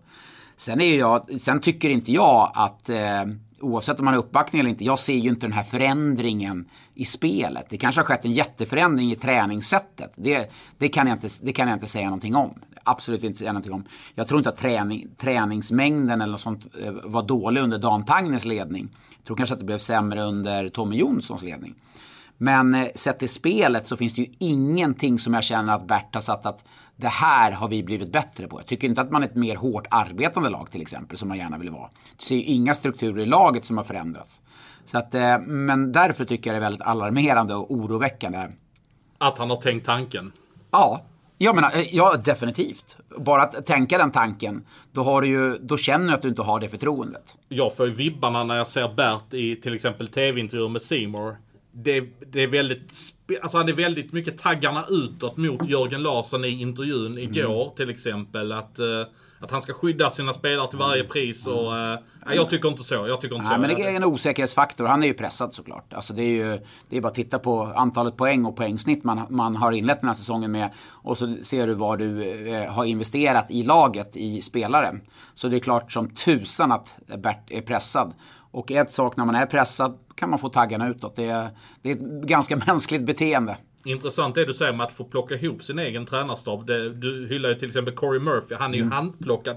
Sen tycker inte jag att oavsett om man har uppbackning eller inte, jag ser ju inte den här förändringen i spelet. Det kanske har skett en jätteförändring i träningssättet. Det kan jag inte säga någonting om. Absolut inte säga någonting om. Jag tror inte att träningsmängden eller något sånt var dålig under Dan Tagnes ledning. Jag tror kanske att det blev sämre under Tommy Jonssons ledning. Men sett i spelet så finns det ju ingenting som jag känner att Bert har satt att det här har vi blivit bättre på. Jag tycker inte att man är ett mer hårt arbetande lag till exempel som man gärna vill vara. Du ser ju inga strukturer i laget som har förändrats. Så att, men därför tycker jag det är väldigt alarmerande och oroväckande. Att han har tänkt tanken? Ja, definitivt. Bara att tänka den tanken, då känner du att du inte har det förtroendet. Jag får ju vibbarna när jag ser Bert i till exempel tv-intervjuer med Seymour. Det är väldigt, alltså han är väldigt mycket taggarna utåt mot Jörgen Larsson i intervjun igår till exempel. Att han ska skydda sina spelare till varje pris. Och, jag tycker inte så. Men det är en osäkerhetsfaktor. Han är ju pressad såklart. Alltså det är bara att titta på antalet poäng och poängsnitt man har inlett den här säsongen med. Och så ser du vad du har investerat i laget, i spelare. Så det är klart som tusan att Bert är pressad. Och ett sak när man är pressad kan man få taggarna utåt. Det är ett ganska mänskligt beteende. Intressant det du säger med att få plocka ihop sin egen tränarstab. Du hyllar ju till exempel Corey Murphy. Han är ju handplockad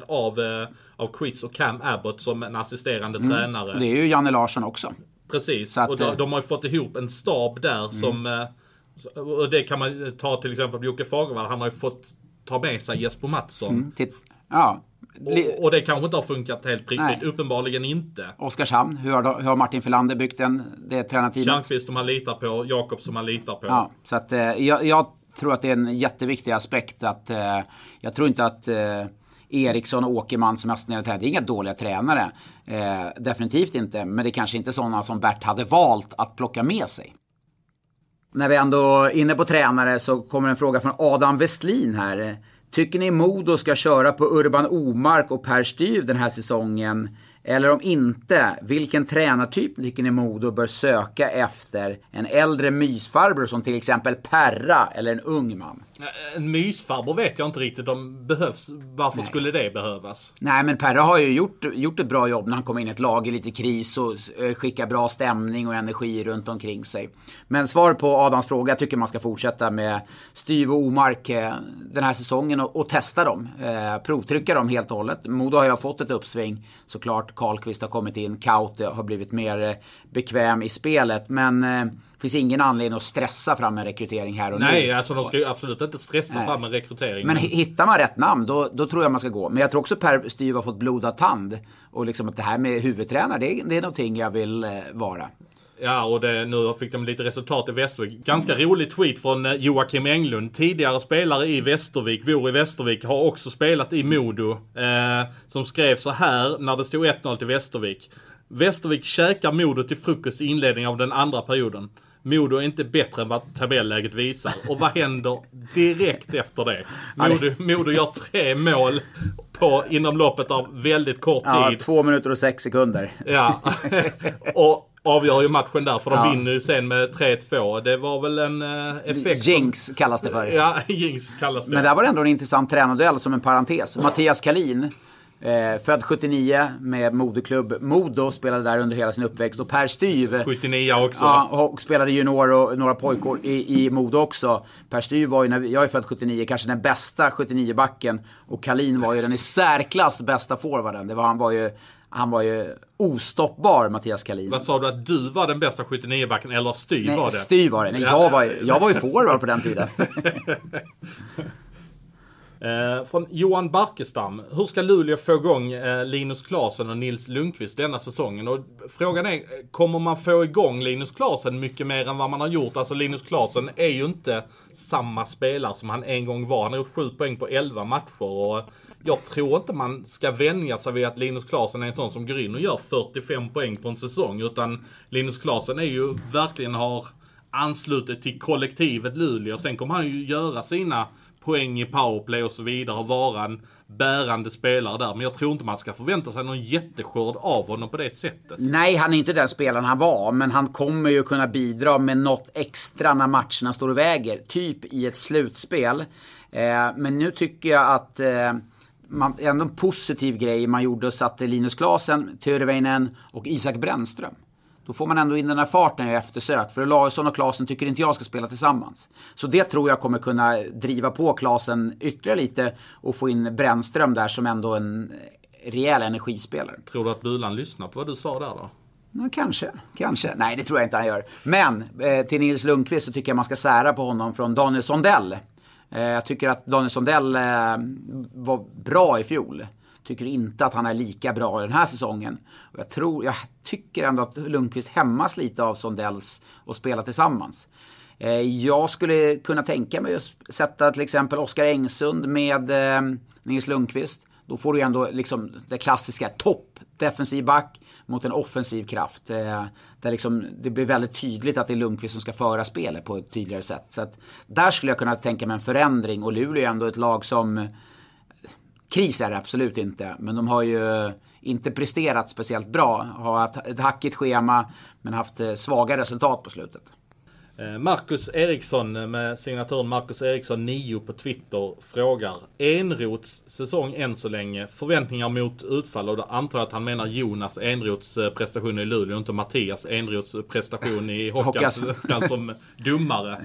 av Chris och Cam Abbott som en assisterande tränare. Det är ju Janne Larsson också. Precis, och de har ju fått ihop en stab där som... Och det kan man ta till exempel Jocke Fagervall. Han har ju fått ta med sig Jesper Mattsson. Ja. Och det kanske inte har funkat helt riktigt. Uppenbarligen inte. Oskarshamn, hur har Martin Filander byggt det tränarteamet? Tjärnqvist som han litar på, Jakob som han litar på. Ja, så att jag tror att det är en jätteviktig aspekt att jag tror inte att Eriksson och Åkerman som assisterande tränare, det är inga dåliga tränare. Definitivt inte, men det är kanske inte sådana som Bert hade valt att plocka med sig. När vi ändå är inne på tränare så kommer en fråga från Adam Westlin här. Tycker ni Modo ska köra på Urban Omark och Per Styv den här säsongen? Eller om inte, vilken tränartyp tycker ni Modo bör söka efter? En äldre mysfarbror som till exempel Perra eller en ung man? En mysfarbror vet jag inte riktigt om behövs. Varför skulle det behövas? Nej, men Perra har ju gjort ett bra jobb när han kommer in i ett lag i lite kris och skickar bra stämning och energi runt omkring sig. Men svar på Adams fråga, jag tycker man ska fortsätta med Styv och Omark den här säsongen och testa dem. Provtrycka dem helt och hållet. Modo har ju fått ett uppsving såklart. Karlqvist har kommit in, Kaute har blivit mer bekväm i spelet, men det finns ingen anledning att stressa fram en rekrytering här och nu. Nej, alltså de ska ju absolut inte stressa fram en rekrytering. Men hittar man rätt namn, då tror jag man ska gå. Men jag tror också Per Styv har fått blodad tand och liksom att det här med huvudtränare, det är någonting jag vill vara. Ja, och nu fick de lite resultat i Västervik. Ganska rolig tweet från Joakim Englund. Tidigare spelare i Västervik, bor i Västervik, har också spelat i Modo. Som skrev så här när det stod 1-0 till Västervik. Västervik käkar Modo till frukost i inledningen av den andra perioden. Modo är inte bättre än vad tabelläget visar. Och vad händer direkt efter det? Modo gör 3 mål inom loppet av väldigt kort tid. Ja, 2 minuter och 6 sekunder. Ja, och avgör ju matchen där, för de vinner ju sen med 3-2. Det var väl en effekt. Jinx kallas det för. Ja, Jinx kallas det. Men där var det ändå en intressant tränarduell som en parentes. Mattias Kalin Född 79 med moderklubb Modo, spelade där under hela sin uppväxt. Och Per Styv 79 också. Ja, och spelade junior och några pojkor i Modo också. Per Styv var ju, jag är född 79, kanske den bästa 79-backen. Och Kalin var ju den i särklass bästa forwarden. Han var ju ostoppbar, Mattias Kalin. Vad sa du, att du var den bästa 79-backen eller Styv var det? Styv var det. Nej, jag var ju forward på den tiden. Från Johan Barkestam. Hur ska Luleå få igång Linus Klasen och Nils Lundqvist denna säsongen? Och frågan är, kommer man få igång Linus Klasen mycket mer än vad man har gjort? Alltså Linus Klasen är ju inte samma spelare som han en gång var. Han har gjort 7 poäng på 11 matcher och jag tror inte man ska vänja sig vid att Linus Klasen är en sån som går in och gör 45 poäng på en säsong. Utan Linus Klasen är ju verkligen har anslutit till kollektivet Luleå. Sen kommer han ju göra sina poäng i powerplay och så vidare och vara en bärande spelare där. Men jag tror inte man ska förvänta sig någon jätteskörd av honom på det sättet. Nej, han är inte den spelaren han var. Men han kommer ju kunna bidra med något extra när matcherna står och väger. Typ i ett slutspel. Men nu tycker jag att ändå en positiv grej man gjorde och satte Linus Klasen, Törväinen och Isak Brännström. Då får man ändå in den här farten i eftersök. För Larsson och Klasen tycker inte jag ska spela tillsammans. Så det tror jag kommer kunna driva på Klasen ytterligare lite. Och få in Brännström där som ändå en rejäl energispelare. Tror du att Bulan lyssnar på vad du sa där då? Ja, kanske. Nej, det tror jag inte han gör. Men till Nils Lundqvist så tycker jag man ska sära på honom från Daniel Sondell. Jag tycker att Daniel Sondell var bra i fjol. Tycker inte att han är lika bra i den här säsongen. Och jag tycker ändå att Lundqvist hämmas lite av Sondells och spela tillsammans. Jag skulle kunna tänka mig att sätta till exempel Oskar Engsund med Nils Lundqvist. Då får du ändå liksom det klassiska topp defensiv back mot en offensiv kraft. Där liksom det blir väldigt tydligt att det är Lundqvist som ska föra spelet på ett tydligare sätt. Så att där skulle jag kunna tänka mig en förändring. Och Luleå är ändå ett lag som... Kris är det absolut inte, men de har ju inte presterat speciellt bra. Har haft ett hackigt schema, men haft svaga resultat på slutet. Marcus Eriksson med signaturen Marcus Eriksson 9 på Twitter frågar: Enrots säsong än så länge, förväntningar mot utfall, och då antar jag att han menar Jonas Enrots prestation i Luleå, inte Mattias Enrots prestation i Hockeyallsvenskan som domare.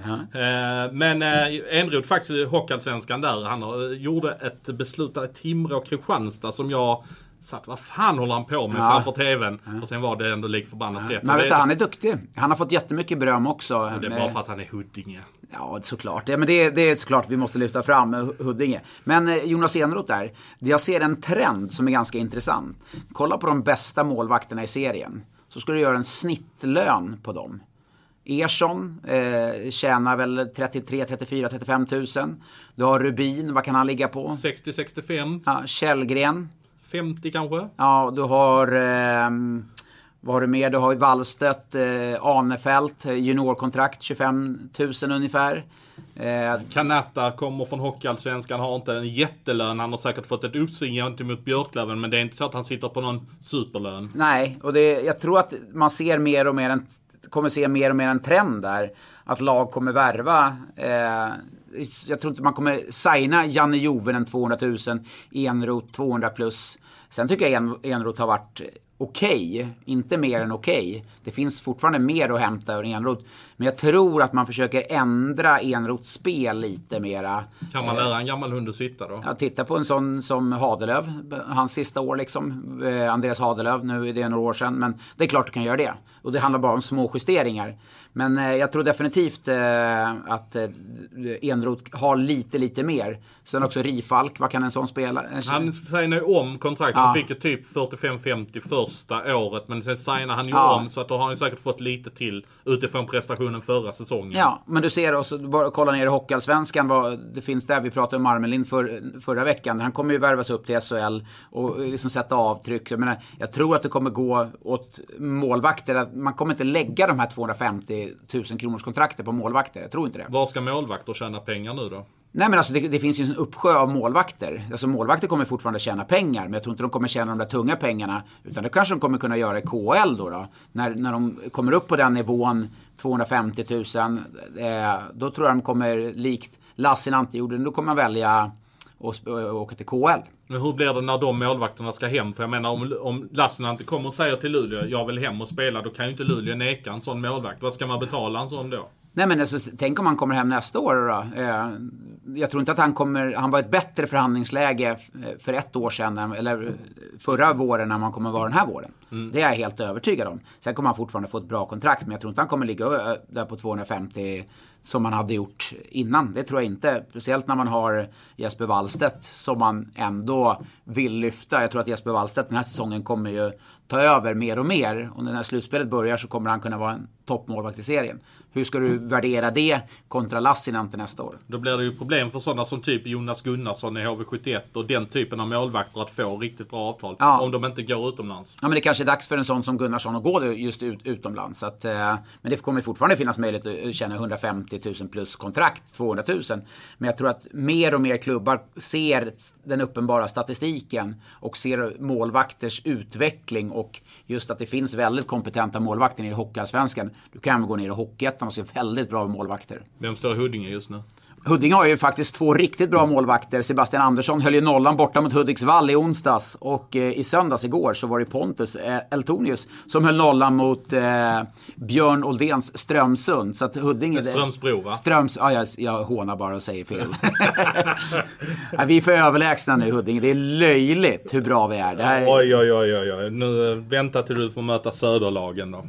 Men Enrot faktiskt i Hockeyallsvenskan där, han gjorde ett beslut där i Timrå och Kristianstad som jag satt, vad fan håller han på med framför tvn? Och sen var det ändå lik förbannat rätt. Men vet du, han är duktig. Han har fått jättemycket beröm också. Och det är bara för att han är Huddinge. Ja, såklart. Men det är såklart vi måste lyfta fram Huddinge. Men Jonas Enroth där, jag ser en trend som är ganska intressant. Kolla på de bästa målvakterna i serien. Så ska du göra en snittlön på dem. Ersson tjänar väl 33, 34, 35 000. Du har Rubin, vad kan han ligga på? 60-65. Ja, Källgren 50 kanske. Ja, du har vad har du mer? Du har Wallstedt, Arnefelt, juniorkontrakt 25 000 ungefär. Kanata kommer från Hockeyallsvenskan, har inte en jättelön. Han har säkert fått ett uppsving gentemot Björklöven, men det är inte så att han sitter på någon superlön. Nej, och jag tror att man ser kommer se mer och mer en trend där. Att lag kommer värva. Jag tror inte man kommer signa Janne Jovenen 200 000, Enroth 200 plus. Sen tycker jag Enroth har varit okej, inte mer än okej. Det finns fortfarande mer att hämta ur Enroth. Men jag tror att man försöker ändra Enroths spel lite mera. Kan man lära en gammal hund att sitta då? Ja, titta på en sån som Hadelöv. Hans sista år liksom. Andreas Hadelöv, nu är det några år sedan. Men det är klart du kan göra det. Och det handlar bara om små justeringar. Men jag tror definitivt att Enroth har lite mer. Sen också Rifalk, vad kan en sån spela? Han signar om kontraktet. Han fick typ 45-50 första året. Men sen signar han ju om, så att då har han säkert fått lite till utifrån prestationen förra säsongen. Ja, men du ser också, bara kolla ner i Hockeyallsvenskan, det finns där, vi pratade om Marmelin förra veckan. Han kommer ju värvas upp till SHL och liksom sätta avtryck. Jag tror att det kommer gå åt målvakter. Att man kommer inte lägga de här 250 000 kronors kontrakter på målvakter. Jag tror inte det. Var ska målvakter tjäna pengar nu då? Nej, men alltså det finns ju en uppsjö av målvakter. Alltså målvakter kommer fortfarande tjäna pengar, men jag tror inte de kommer tjäna de där tunga pengarna, utan det kanske de kommer kunna göra i KHL då. När de kommer upp på den nivån 250 000, då tror jag de kommer, likt Lassinantti gjorde, då kommer man välja och åka till KL. Men hur blir det när de målvakterna ska hem? För jag menar, om Lassinantti kommer och säger till Luleå, jag vill hem och spela, då kan ju inte Luleå neka en sån målvakt. Vad ska man betala en sån då? Nej, men alltså, tänk om han kommer hem nästa år då. Jag tror inte att han var ett bättre förhandlingsläge för ett år sedan, eller förra våren, när man kommer vara den här våren. Det är jag helt övertygad om. Sen kommer han fortfarande få ett bra kontrakt, men jag tror inte han kommer ligga där på 250 som man hade gjort innan. Det tror jag inte. Speciellt när man har Jesper Wallstedt som man ändå vill lyfta. Jag tror att Jesper Wallstedt den här säsongen kommer ju ta över mer och mer. Och när slutspelet börjar så kommer han kunna vara en toppmålvakt i serien. Hur ska du värdera det kontra Lassinantti nästa år? Då blir det ju problem för sådana som typ Jonas Gunnarsson i HV71 och den typen av målvakter att få riktigt bra avtal. Ja. Om de inte går utomlands. Ja, men det kanske är dags för en sån som Gunnarsson att gå just utomlands. Så att, men det kommer fortfarande finnas möjlighet att tjäna 150 000 plus kontrakt, 200 000. Men jag tror att mer och mer klubbar ser den uppenbara statistiken och ser målvakters utveckling och just att det finns väldigt kompetenta målvakter i Hockeyallsvenskan. Du kan gå ner i Hockeyettan och se väldigt bra målvakter. Vem står Huddinge just nu? Huddinge har ju faktiskt 2 riktigt bra målvakter. Sebastian Andersson höll ju nollan borta mot Hudiksvall i onsdags. Och i söndags igår så var det Pontus Eltonius som höll nollan mot Björn Oldéns Strömsund. Så att Huddinge... Strömsbro, va? Jag hånar bara och säger fel. Ja, vi är för överlägsna nu, Huddinge. Det är löjligt hur bra vi är. Det här... Oj. Nu vänta till du får möta Söderlagen då.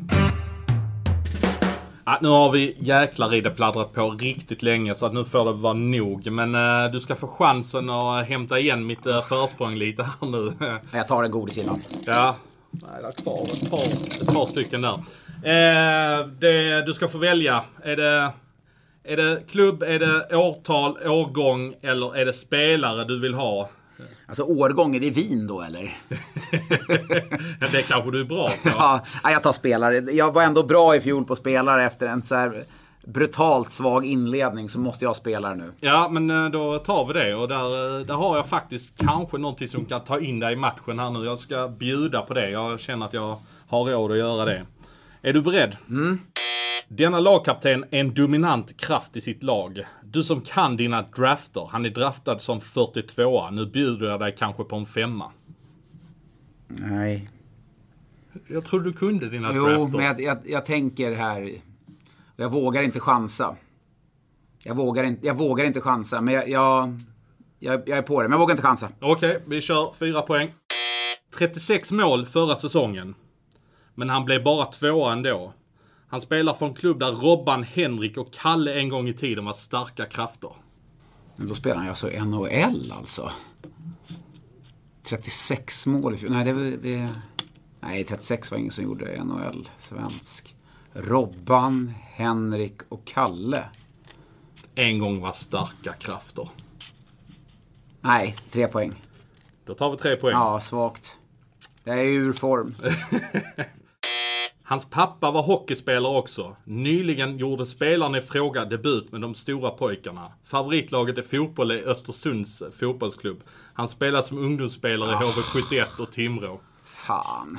Ja, nu har vi jäklar i det pladdrat på riktigt länge så att nu får det vara nog. Men du ska få chansen att hämta igen mitt försprång lite här nu. Jag tar en godis innan. Ja, nej, det är kvar ett par stycken där. Du ska få välja. Är det klubb, är det årtal, årgång eller är det spelare du vill ha? Alltså årgång, är det vin då eller? Det kanske du är bra på. Ja, jag tar spelare. Jag var ändå bra i fjol på spelare efter en så här brutalt svag inledning, så måste jag ha spelare nu. Ja, men då tar vi det. Och där har jag faktiskt kanske någonting som kan ta in dig i matchen här nu. Jag ska bjuda på det. Jag känner att jag har råd att göra det. Är du beredd? Denna lagkapten är en dominant kraft i sitt lag. Du som kan dina drafter. Han är draftad som 42. Nu bjuder jag dig kanske på en 5. Nej. Jag tror du kunde dina drafter. Jo, men jag tänker här. Jag vågar inte chansa. Jag vågar inte chansa. Men jag är på det. Men jag vågar inte chansa. Okej, vi kör 4 poäng. 36 mål förra säsongen. Men han blev bara 2 ändå. Han spelar för en klubb där Robban, Henrik och Kalle en gång i tiden var starka krafter. Men då spelar han alltså NHL alltså. 36 mål. Nej, 36 var ingen som gjorde NHL. Svensk. Robban, Henrik och Kalle. En gång var starka krafter. Nej, 3 poäng. Då tar vi 3 poäng. Ja, svagt. Jag är ur form. Hans pappa var hockeyspelare också. Nyligen gjorde spelaren i fråga debut med de stora pojkarna. Favoritlaget i fotboll är Östersunds fotbollsklubb. Han spelade som ungdomsspelare i HV71 och Timrå. Fan.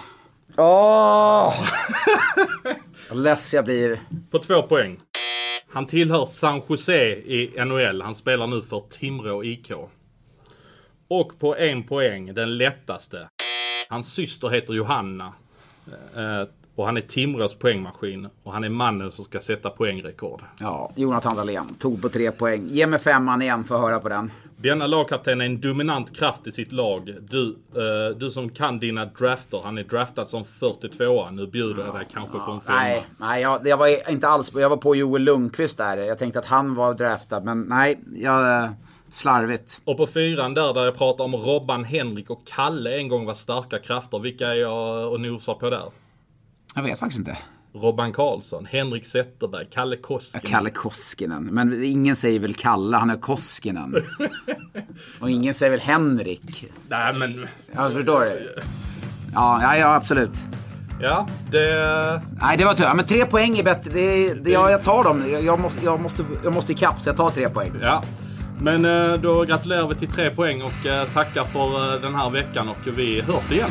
Less jag blir. På 2 poäng. Han tillhör San Jose i NHL. Han spelar nu för Timrå IK. Och på 1 poäng, den lättaste. Hans syster heter Johanna. Och han är Timrås poängmaskin. Och han är mannen som ska sätta poängrekord. Ja, Jonathan Dahlén tog på 3 poäng. Ge mig 5 igen för att höra på den. Denna lagkapten är en dominant kraft i sitt lag. Du som kan dina drafter. Han är draftad som 42. Nu bjuder jag dig kanske på en 5. Nej, jag var inte alls på. Jag var på Joel Lundqvist där. Jag tänkte att han var draftad. Men nej, slarvigt. Och på 4 där jag pratar om Robban, Henrik och Kalle en gång var starka krafter. Vilka är jag och nosar på där? Jag vet faktiskt inte. Robban Karlsson, Henrik Zetterberg, Kalle Koskinen. Kalle Koskinen. Men ingen säger väl Kalle, han är Koskinen. Och ingen säger väl Henrik. Nej, men... Jag förstår det. Ja, absolut. Ja, Nej, det var tur. Men 3 poäng är bättre. Jag tar dem. Jag måste i kapp, så jag tar 3 poäng. Ja. Men då gratulerar vi till 3 poäng och tackar för den här veckan och vi hörs igen.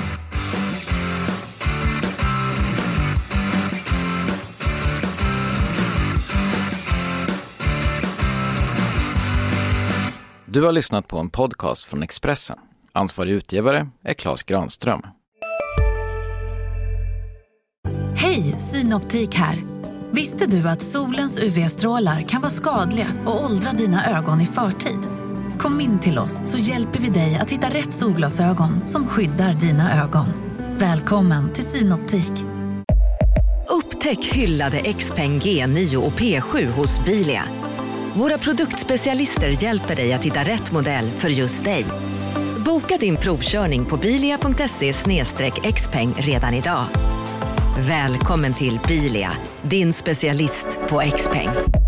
Du har lyssnat på en podcast från Expressen. Ansvarig utgivare är Claes Granström. Hej, Synoptik här. Visste du att solens UV-strålar kan vara skadliga och åldra dina ögon i förtid? Kom in till oss så hjälper vi dig att hitta rätt solglasögon som skyddar dina ögon. Välkommen till Synoptik. Upptäck hyllade XPeng G9 och P7 hos Bilia. Våra produktspecialister hjälper dig att hitta rätt modell för just dig. Boka din provkörning på bilia.se/xpeng redan idag. Välkommen till Bilia, din specialist på XPeng.